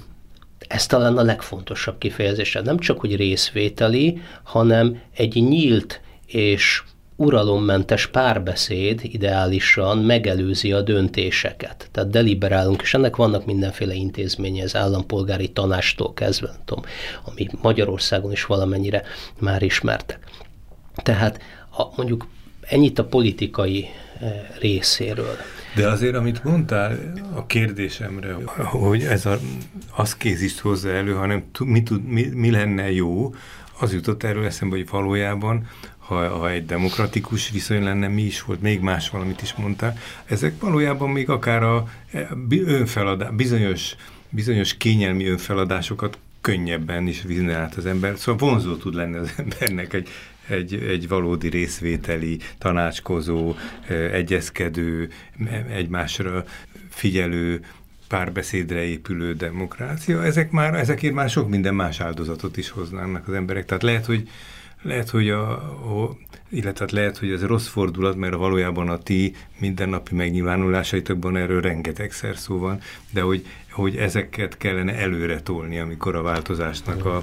ez talán a legfontosabb kifejezés. Nem csak, hogy részvételi, hanem egy nyílt és uralommentes párbeszéd ideálisan megelőzi a döntéseket. Tehát deliberálunk, és ennek vannak mindenféle intézménye, az állampolgári tanácstól kezdve, nem tudom, ami Magyarországon is valamennyire már ismertek. Tehát a, mondjuk ennyit a politikai részéről. De azért, amit mondtál a kérdésemre, hogy ez a aszkézist hozza elő, hanem mi, tud, mi, mi lenne jó, az jutott erről eszembe, hogy valójában Ha, ha egy demokratikus viszony lenne, mi is volt, még más valamit is mondtál. Ezek valójában még akár a önfeladás, bizonyos, bizonyos kényelmi önfeladásokat könnyebben is vinne át az ember. Szóval vonzó tud lenni az embernek egy, egy, egy valódi részvételi, tanácskozó, egyezkedő, egymásra figyelő, párbeszédre épülő demokrácia. Ezek már, ezekért már sok minden más áldozatot is hoznának az emberek. Tehát lehet, hogy Lehet, hogy a, a, illetve lehet, hogy ez rossz fordulat, mert valójában a ti mindennapi megnyilvánulásaitokban erről rengetegszer szó van, de hogy, hogy ezeket kellene előre tolni, amikor a változásnak a,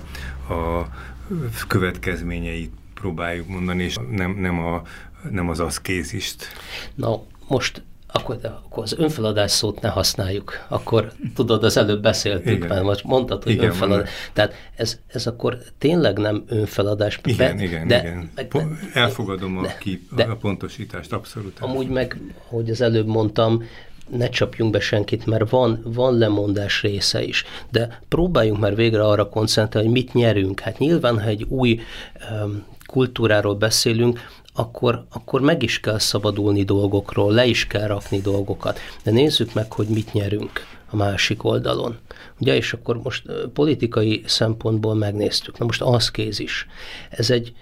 a következményeit próbáljuk mondani, és nem, nem, a, nem az aszkézist. Na, most Akkor, akkor az önfeladás szót ne használjuk. Akkor tudod, az előbb beszéltük, mert most mondtad, hogy igen, önfeladás. Tehát ez, ez akkor tényleg nem önfeladás. Igen, be, igen, de, igen. Meg, de, elfogadom de, a, kép, de, a pontosítást, abszolút. Amúgy meg, ahogy az előbb mondtam, ne csapjunk be senkit, mert van, van lemondás része is. De próbáljunk már végre arra koncentrálni, hogy mit nyerünk. Hát nyilván, ha egy új um, kultúráról beszélünk, Akkor, akkor meg is kell szabadulni dolgokról, le is kell rakni dolgokat. De nézzük meg, hogy mit nyerünk a másik oldalon. Ugye, és akkor most politikai szempontból megnéztük. Na most aszkézis. Ez, egy,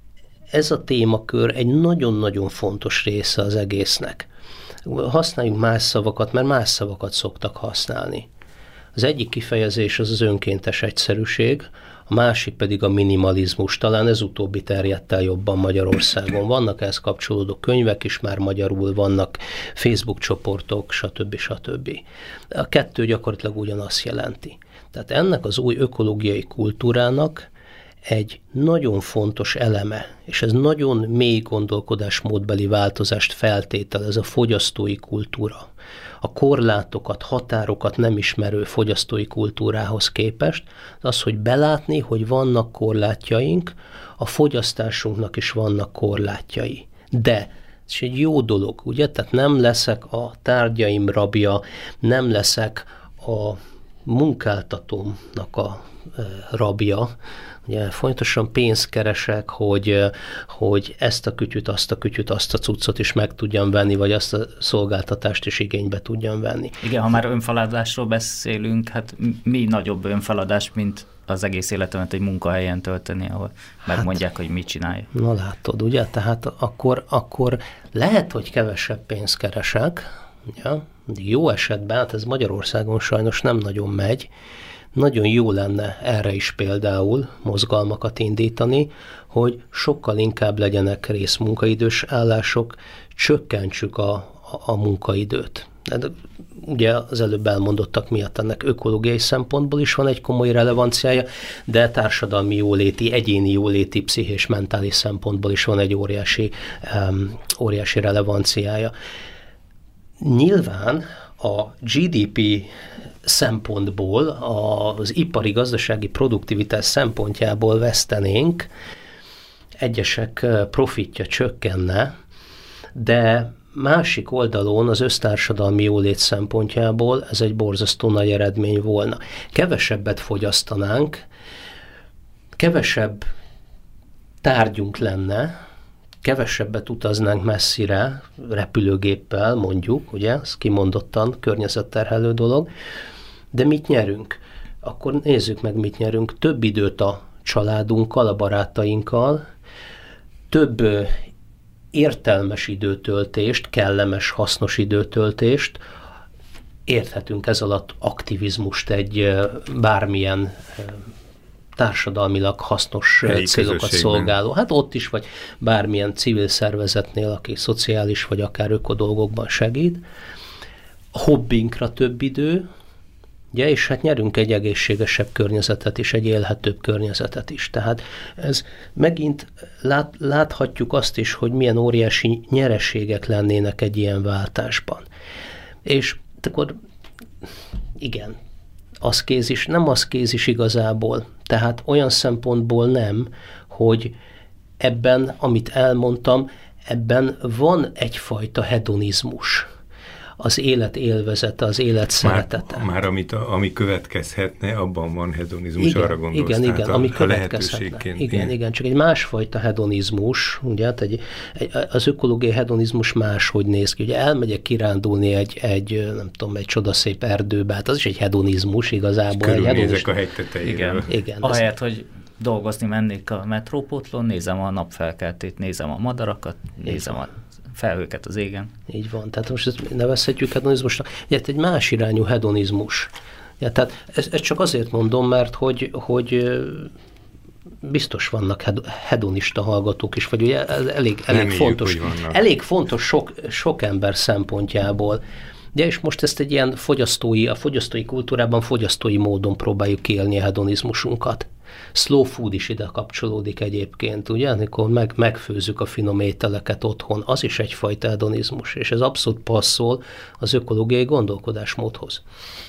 ez a témakör egy nagyon-nagyon fontos része az egésznek. Használjunk más szavakat, mert más szavakat szoktak használni. Az egyik kifejezés az az önkéntes egyszerűség, a másik pedig a minimalizmus. Talán ez utóbbi terjedt el jobban Magyarországon. Vannak ehhez kapcsolódó könyvek is már magyarul, vannak Facebook csoportok, stb. stb. A kettő gyakorlatilag ugyanazt jelenti. Tehát ennek az új ökológiai kultúrának egy nagyon fontos eleme, és ez nagyon mély gondolkodásmódbeli változást feltételez a fogyasztói kultúra. A korlátokat, határokat nem ismerő fogyasztói kultúrához képest, az, hogy belátni, hogy vannak korlátjaink, a fogyasztásunknak is vannak korlátjai. De ez egy jó dolog, ugye? Tehát nem leszek a tárgyaim rabja, nem leszek a munkáltatómnak a rabja, ugye folyamatosan pénzt keresek, hogy, hogy ezt a kütyüt, azt a kütyüt, azt a cuccot is meg tudjam venni, vagy azt a szolgáltatást is igénybe tudjam venni. Igen, ha már önfeladásról beszélünk, hát mi nagyobb önfeladás, mint az egész életemet egy munkahelyen tölteni, ahol hát, megmondják, hogy mit csinálja. Na látod, ugye? Tehát akkor, akkor lehet, hogy kevesebb pénzt keresek, ugye? Jó esetben, hát ez Magyarországon sajnos nem nagyon megy, nagyon jó lenne erre is például mozgalmakat indítani, hogy sokkal inkább legyenek részmunkaidős állások, csökkentsük a, a, a munkaidőt. De ugye az előbb elmondottak miatt ennek ökológiai szempontból is van egy komoly relevanciája, de társadalmi jóléti, egyéni jóléti, pszichés, mentális szempontból is van egy óriási, um, óriási relevanciája. Nyilván a gé dé pé szempontból, az ipari gazdasági produktivitás szempontjából vesztenénk, egyesek profitja csökkenne, de másik oldalon az össztársadalmi jólét szempontjából ez egy borzasztó nagy eredmény volna. Kevesebbet fogyasztanánk, kevesebb tárgyunk lenne, kevesebbet utaznánk messzire, repülőgéppel mondjuk, ugye, ez kimondottan környezetterhelő dolog, de mit nyerünk? Akkor nézzük meg, mit nyerünk. Több időt a családunkkal, a barátainkkal, több értelmes időtöltést, kellemes, hasznos időtöltést, érthetünk ez alatt aktivizmust, egy bármilyen társadalmilag hasznos helyi célokat szolgáló. Hát ott is, vagy bármilyen civil szervezetnél, aki szociális, vagy akár ökodolgokban segít. A hobbinkra több idő, ugye, és hát nyerünk egy egészségesebb környezetet és egy élhetőbb környezetet is. Tehát ez megint lát, láthatjuk azt is, hogy milyen óriási nyereségek lennének egy ilyen váltásban. És akkor igen, aszkézis, nem aszkézis igazából, tehát olyan szempontból nem, hogy ebben, amit elmondtam, ebben van egyfajta hedonizmus. Az élet élvezete, az élet szeretete. Már, már amit, ami következhetne, abban van hedonizmus, igen, arra gondolsz. Igen, igen, a, ami a következhetne. Igen, igen, igen, csak egy másfajta hedonizmus, ugye, hát egy, egy, az ökológiai hedonizmus máshogy néz ki. Ugye elmegyek kirándulni egy, egy, nem tudom, egy csodaszép erdőbe, hát az is egy hedonizmus igazából. Körülnézek a hegy tetejéről. Igen, igen. Ahelyett, hogy dolgozni mennék a metrópótlón, nézem a napfelkeltét, nézem a madarakat, nézem a felhőket az égen. Így van. Tehát most ezt nevezhetjük hedonizmusnak. Ugye, egy más irányú hedonizmus. Ja, tehát ezt, ezt csak azért mondom, mert hogy, hogy biztos vannak hedonista hallgatók is, vagy ugye ez elég, elég fontos, elég fontos sok, sok ember szempontjából. De és most ezt egy ilyen fogyasztói, a fogyasztói kultúrában fogyasztói módon próbáljuk kiélni a hedonizmusunkat. Slow food is ide kapcsolódik egyébként, ugye, amikor meg, megfőzzük a finom ételeket otthon, az is egyfajta hedonizmus, és ez abszolút passzol az ökológiai gondolkodásmódhoz.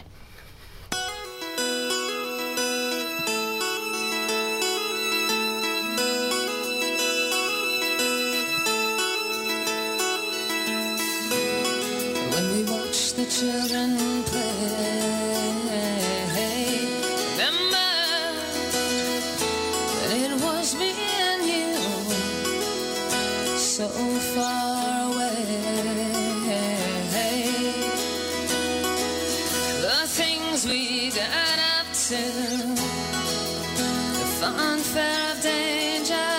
When we watch the children play, so far away, the things we got up to, the funfair of danger,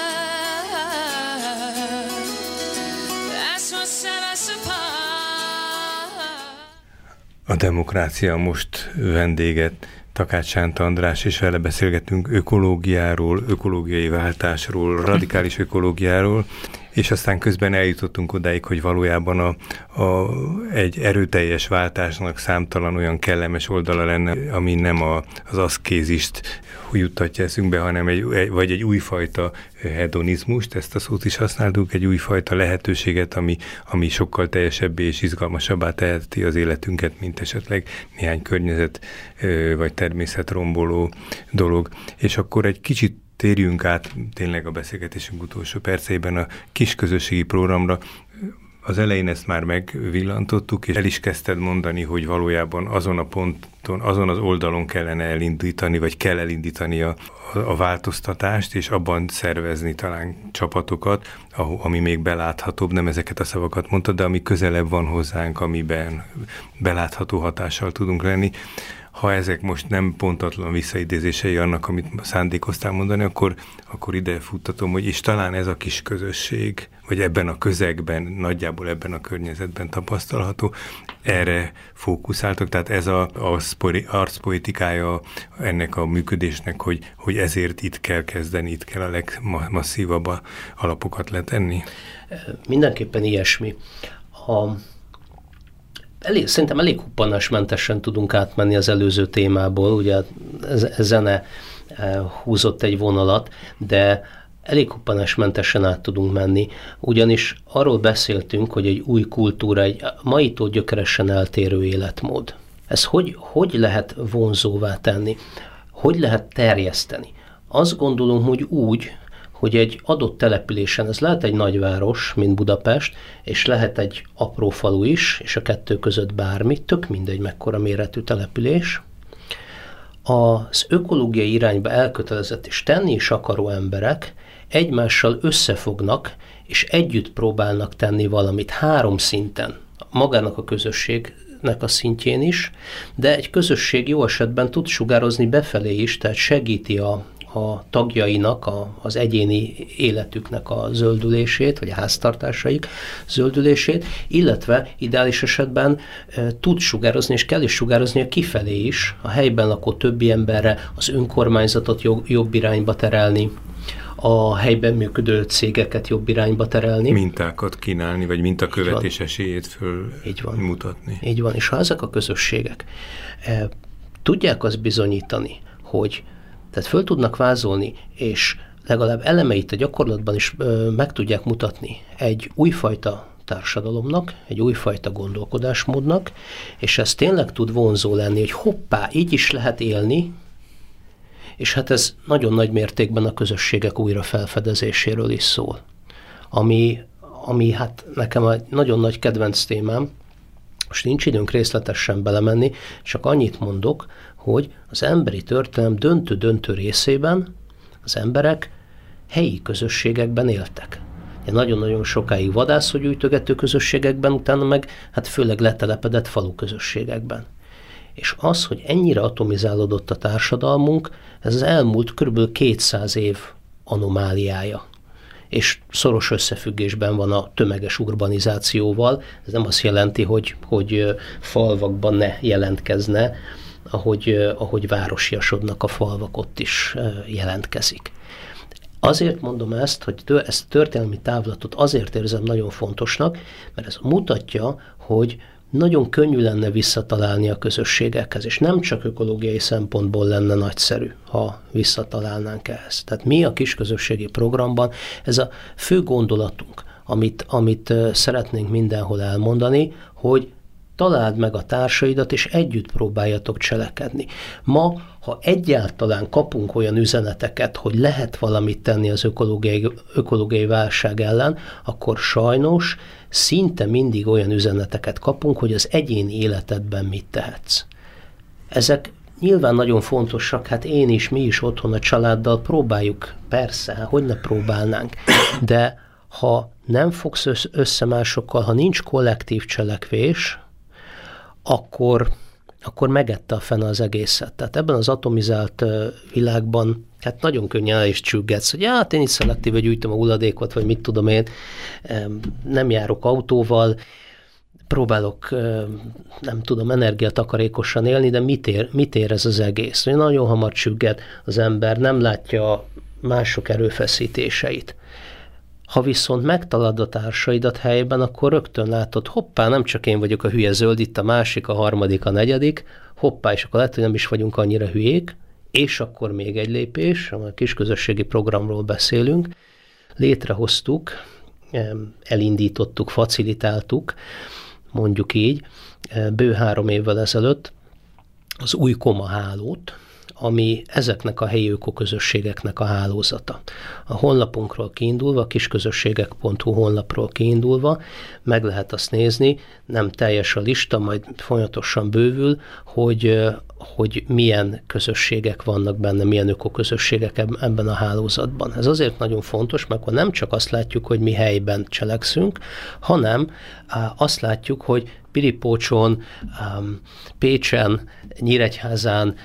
that's what set us apart. A Demokrácia Most vendéget Takács Sánta András, és vele beszélgetünk ökológiáról, ökológiai váltásról, radikális ökológiáról, és aztán közben eljutottunk odáig, hogy valójában a, a, egy erőteljes váltásnak számtalan olyan kellemes oldala lenne, ami nem a, az aszkézist juttatja eszünkbe, hanem egy, vagy egy újfajta hedonizmust, ezt a szót is használtuk, egy újfajta lehetőséget, ami, ami sokkal teljesebbé és izgalmasabbá teheti az életünket, mint esetleg néhány környezet vagy természetromboló dolog. És akkor egy kicsit térjünk át tényleg a beszélgetésünk utolsó perceiben a kisközösségi programra. Az elején ezt már megvillantottuk, és el is kezdted mondani, hogy valójában azon a ponton, azon az oldalon kellene elindítani, vagy kell elindítani a, a változtatást, és abban szervezni talán csapatokat, ami még beláthatóbb, nem ezeket a szavakat mondtad, de ami közelebb van hozzánk, amiben belátható hatással tudunk lenni. ha ezek most nem pontatlan visszaidézései annak, amit szándékoztál mondani, akkor, akkor ide futtatom, hogy és talán ez a kis közösség, vagy ebben a közegben, nagyjából ebben a környezetben tapasztalható, erre fókuszáltak, tehát ez az arcpolitikája ennek a működésnek, hogy, hogy ezért itt kell kezdeni, itt kell a legmasszívabb alapokat letenni? Mindenképpen ilyesmi. A, elég, szerintem elég huppanásmentesen tudunk átmenni az előző témából, ugye ez, ez zene húzott egy vonalat, de elég huppanásmentesen át tudunk menni, ugyanis arról beszéltünk, hogy egy új kultúra, egy maitól gyökeresen eltérő életmód. Ez hogy, hogy lehet vonzóvá tenni? Hogy lehet terjeszteni? Azt gondolom, hogy úgy, hogy egy adott településen, ez lehet egy nagyváros, mint Budapest, és lehet egy apró falu is, és a kettő között bármi, tök mindegy mekkora méretű település, az ökológiai irányba elkötelezett és tenni is akaró emberek egymással összefognak, és együtt próbálnak tenni valamit három szinten, magának a közösségnek a szintjén is, de egy közösség jó esetben tud sugározni befelé is, tehát segíti a, a tagjainak, a, az egyéni életüknek a zöldülését, vagy a háztartásaik zöldülését, illetve ideális esetben e, tud sugározni, és kell is sugározni a kifelé is, a helyben lakó többi emberre, az önkormányzatot jobb, jobb irányba terelni, a helyben működő cégeket jobb irányba terelni. Mintákat kínálni, vagy mintakövetés esélyét fölmutatni. Így van, és ha ezek a közösségek e, tudják azt bizonyítani, hogy tehát föl tudnak vázolni, és legalább elemeit a gyakorlatban is ö, meg tudják mutatni egy újfajta társadalomnak, egy újfajta gondolkodásmódnak, és ez tényleg tud vonzó lenni, hogy hoppá, így is lehet élni, és hát ez nagyon nagy mértékben a közösségek újra felfedezéséről is szól. Ami, ami hát nekem egy nagyon nagy kedvenc témám, most nincs időnk részletesen belemenni, csak annyit mondok, hogy az emberi történelem döntő-döntő részében az emberek helyi közösségekben éltek. Nagyon-nagyon sokáig vadászgyűjtögető közösségekben, utána meg hát főleg letelepedett falu közösségekben. És az, hogy ennyire atomizálódott a társadalmunk, ez az elmúlt kb. kétszáz év anomáliája. És szoros összefüggésben van a tömeges urbanizációval. Ez nem azt jelenti, hogy, hogy falvakban ne jelentkezne, ahogy, ahogy városiasodnak a falvak, ott is jelentkezik. Azért mondom ezt, hogy ezt a történelmi távlatot azért érzem nagyon fontosnak, mert ez mutatja, hogy nagyon könnyű lenne visszatalálni a közösségekhez, és nem csak ökológiai szempontból lenne nagyszerű, ha visszatalálnánk ehhez. Tehát mi a kisközösségi programban, ez a fő gondolatunk, amit, amit szeretnénk mindenhol elmondani, hogy találd meg a társaidat, és együtt próbáljatok cselekedni. Ma, ha egyáltalán kapunk olyan üzeneteket, hogy lehet valamit tenni az ökológiai, ökológiai válság ellen, akkor sajnos szinte mindig olyan üzeneteket kapunk, hogy az egyéni életedben mit tehetsz. Ezek nyilván nagyon fontosak, hát én is, mi is otthon a családdal próbáljuk, persze, hogy ne próbálnánk, de ha nem fogsz össze másokkal, ha nincs kollektív cselekvés, akkor, akkor megette a fene az egészet. Tehát ebben az atomizált világban hát nagyon könnyen el is csüggetsz, hogy hát én is szelektíve gyűjtöm a hulladékot, vagy mit tudom én, nem járok autóval, próbálok, nem tudom, energiatakarékosan élni, de mit ér, mit ér ez az egész? Nagyon hamar csügget az ember, nem látja mások erőfeszítéseit. Ha viszont megtalad a társaidat helyben, akkor rögtön látod, hoppá, nem csak én vagyok a hülye zöld, itt a másik, a harmadik, a negyedik, hoppá, és akkor lehet, hogy nem is vagyunk annyira hülyék, és akkor még egy lépés, a kisközösségi programról beszélünk, létrehoztuk, elindítottuk, facilitáltuk, mondjuk így, bő három évvel ezelőtt az új Koma hálót, ami ezeknek a helyi ökoközösségeknek a hálózata. A honlapunkról kiindulva, a kisközösségek pont hu honlapról kiindulva meg lehet azt nézni, nem teljes a lista, majd folyamatosan bővül, hogy hogy milyen közösségek vannak benne, milyen ökoközösségek ebben a hálózatban. Ez azért nagyon fontos, mert akkor nem csak azt látjuk, hogy mi helyben cselekszünk, hanem azt látjuk, hogy Piripócson, Pécsen, Nyíregyházán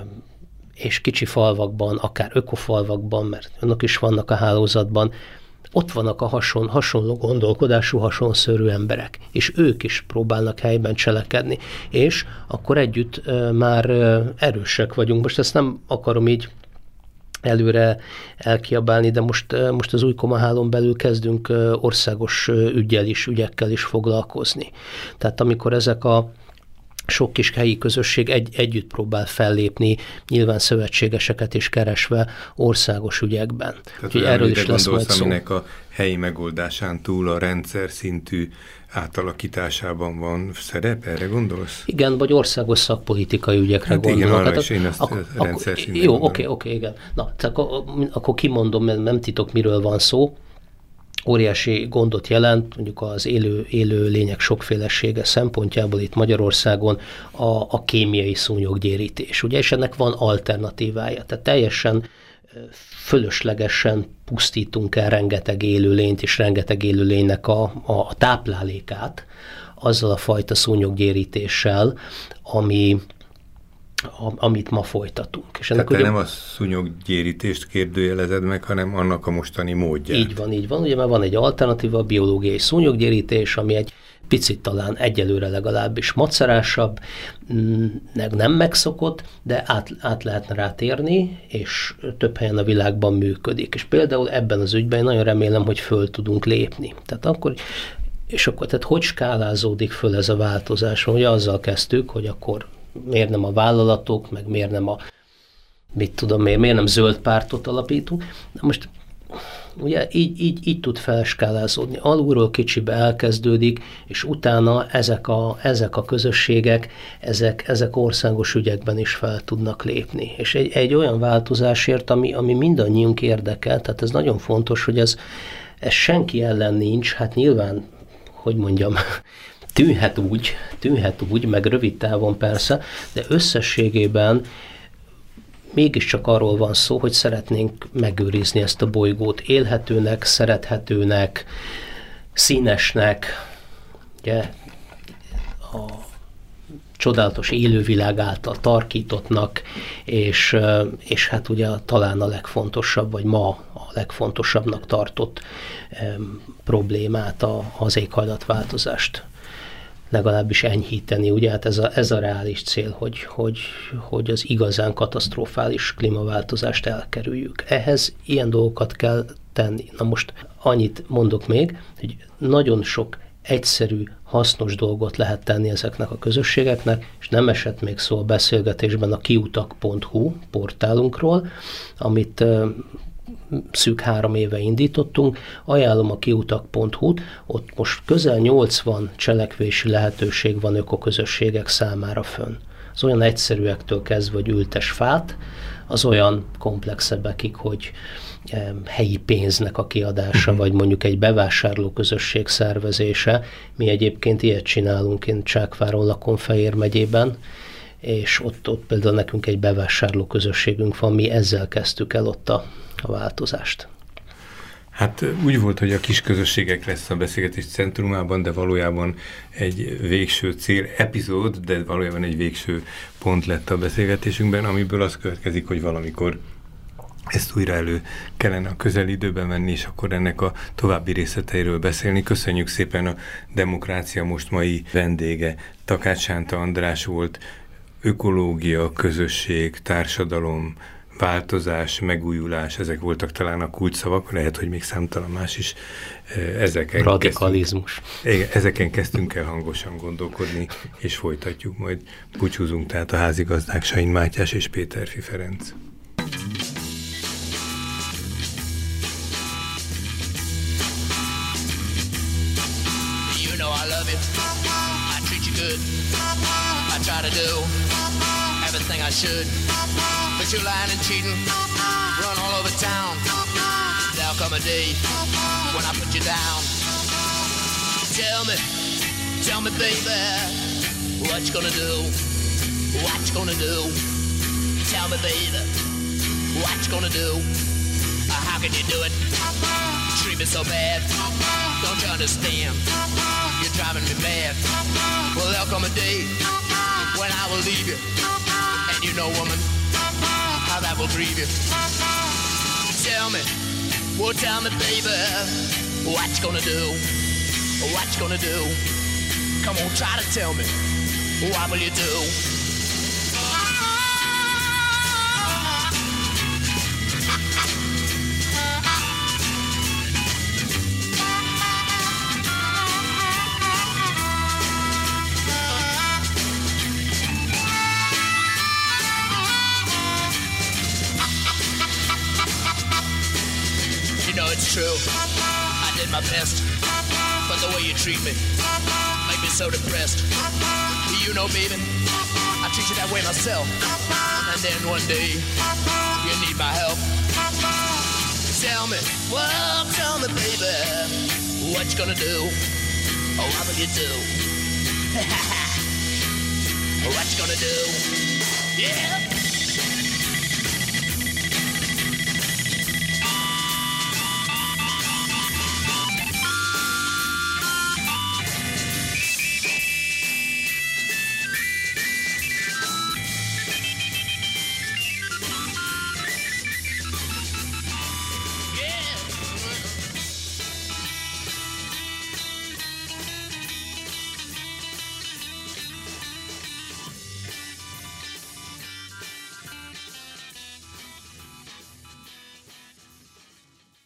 és kicsi falvakban, akár ökofalvakban, mert önök is vannak a hálózatban, ott vannak a hason, hasonló gondolkodású, hasonszörű emberek, és ők is próbálnak helyben cselekedni, és akkor együtt uh, már uh, erősek vagyunk. Most ezt nem akarom így előre elkiabálni, de most, uh, most az új Komahálón belül kezdünk uh, országos uh, ügyel is, ügyekkel is foglalkozni. Tehát amikor ezek a sok kis helyi közösség egy, együtt próbál fellépni, nyilván szövetségeseket is keresve országos ügyekben. Tehát erről is lesz majd szó. Aminek a helyi megoldásán túl a rendszer szintű átalakításában van szerep, erre gondolsz? Igen, vagy országos szakpolitikai ügyekre hát gondolok. Igen, arra hát is én ezt akkor, rendszer szintű. Jó, oké, oké, igen. Na, akkor, akkor kimondom, mert nem titok, miről van szó. Óriási gondot jelent, mondjuk az élő, élő lények sokfélesége szempontjából itt Magyarországon a, a kémiai szúnyoggyérítés. Ugye, és ennek van alternatívája. Tehát teljesen fölöslegesen pusztítunk el rengeteg élőlényt, és rengeteg élőlénynek a, a, a táplálékát azzal a fajta szúnyoggyérítéssel, ami amit ma folytatunk. És ennek Tehát ugye, nem a szúnyoggyérítést kérdőjelezed meg, hanem annak a mostani módját. Így van, így van. Ugye már van egy alternatíva, a biológiai szúnyoggyérítés, ami egy picit talán egyelőre legalábbis macerásabb, nem megszokott, de át, át lehetne rá térni, és több helyen a világban működik. És például ebben az ügyben nagyon remélem, hogy föl tudunk lépni. Tehát akkor és akkor tehát hogy skálázódik föl ez a változás? Ugye azzal kezdtük, hogy akkor miért nem a vállalatok, meg miért nem a, mit tudom, miért, miért nem zöld pártot alapítunk. De most ugye így, így, így tud felskálázódni. Alulról kicsibe elkezdődik, és utána ezek a, ezek a közösségek, ezek, ezek országos ügyekben is fel tudnak lépni. És egy, egy olyan változásért, ami, ami mindannyiunk érdekel, tehát ez nagyon fontos, hogy ez, ez senki ellen nincs, hát nyilván, hogy mondjam, Tűnhet úgy, tűnhet úgy, meg rövid távon persze, de összességében mégiscsak arról van szó, hogy szeretnénk megőrizni ezt a bolygót élhetőnek, szerethetőnek, színesnek, ugye, a csodálatos élővilág által tarkítottnak, és, és hát ugye talán a legfontosabb, vagy ma a legfontosabbnak tartott um, problémát, a, az éghajlatváltozást legalábbis enyhíteni. Ugye hát ez a, ez a reális cél, hogy, hogy, hogy az igazán katasztrofális klímaváltozást elkerüljük. Ehhez ilyen dolgokat kell tenni. Na most annyit mondok még, hogy nagyon sok egyszerű, hasznos dolgot lehet tenni ezeknek a közösségeknek, és nem esett még szó a beszélgetésben a kiutak pont hu portálunkról, amit szűk három éve indítottunk. Ajánlom a kiutak pont hu-t, ott most közel nyolcvan cselekvési lehetőség van ökoközösségek számára fönn. Az olyan egyszerűektől kezdve, hogy ültes fát, az olyan komplexebbekig, hogy helyi pénznek a kiadása, vagy mondjuk egy bevásárló közösség szervezése. Mi egyébként ilyet csinálunk, én Csákváron lakom Fejér megyében, és ott, ott például nekünk egy bevásárló közösségünk van, mi ezzel kezdtük el ott a, a változást. Hát úgy volt, hogy a kis közösségek lesz a beszélgetés centrumában, de valójában egy végső cél, epizód, de valójában egy végső pont lett a beszélgetésünkben, amiből az következik, hogy valamikor ezt újra elő kellene a közelidőben menni, és akkor ennek a további részleteiről beszélni. Köszönjük szépen, a Demokrácia Most mai vendége Takács Sánta András volt, ökológia, közösség, társadalom, változás, megújulás, ezek voltak talán a kulcsszavak, lehet, hogy még számtalan más is. Ezeken radikalizmus. Kezdtünk, ezeken kezdtünk el hangosan gondolkodni, és folytatjuk, majd búcsúzunk, tehát a házigazdák Sain Mátyás és Péterfi Ferenc. You know I love you, I treat you good, I try to do everything I should, but you're lying and cheating, run all over town. There'll come a day when I put you down. Tell me, tell me baby, what you gonna do? what you gonna do? Tell me, baby, what you gonna do? Uh, how can you do it? Treat me so bad. Don't you understand? You're driving me mad. Well, there'll come a day when I will leave you. And you know, woman, how that will grieve you. Tell me, well, tell me, baby, what you gonna do? What you gonna do? Come on, try to tell me. What will you do? You know it's true, I did my best, but the way you treat me make me so depressed. You know, baby, I treat you that way myself. And then one day, you need my help. Tell me, well, tell me, baby, what you gonna do? Oh, what will you do? What you gonna do? Yeah.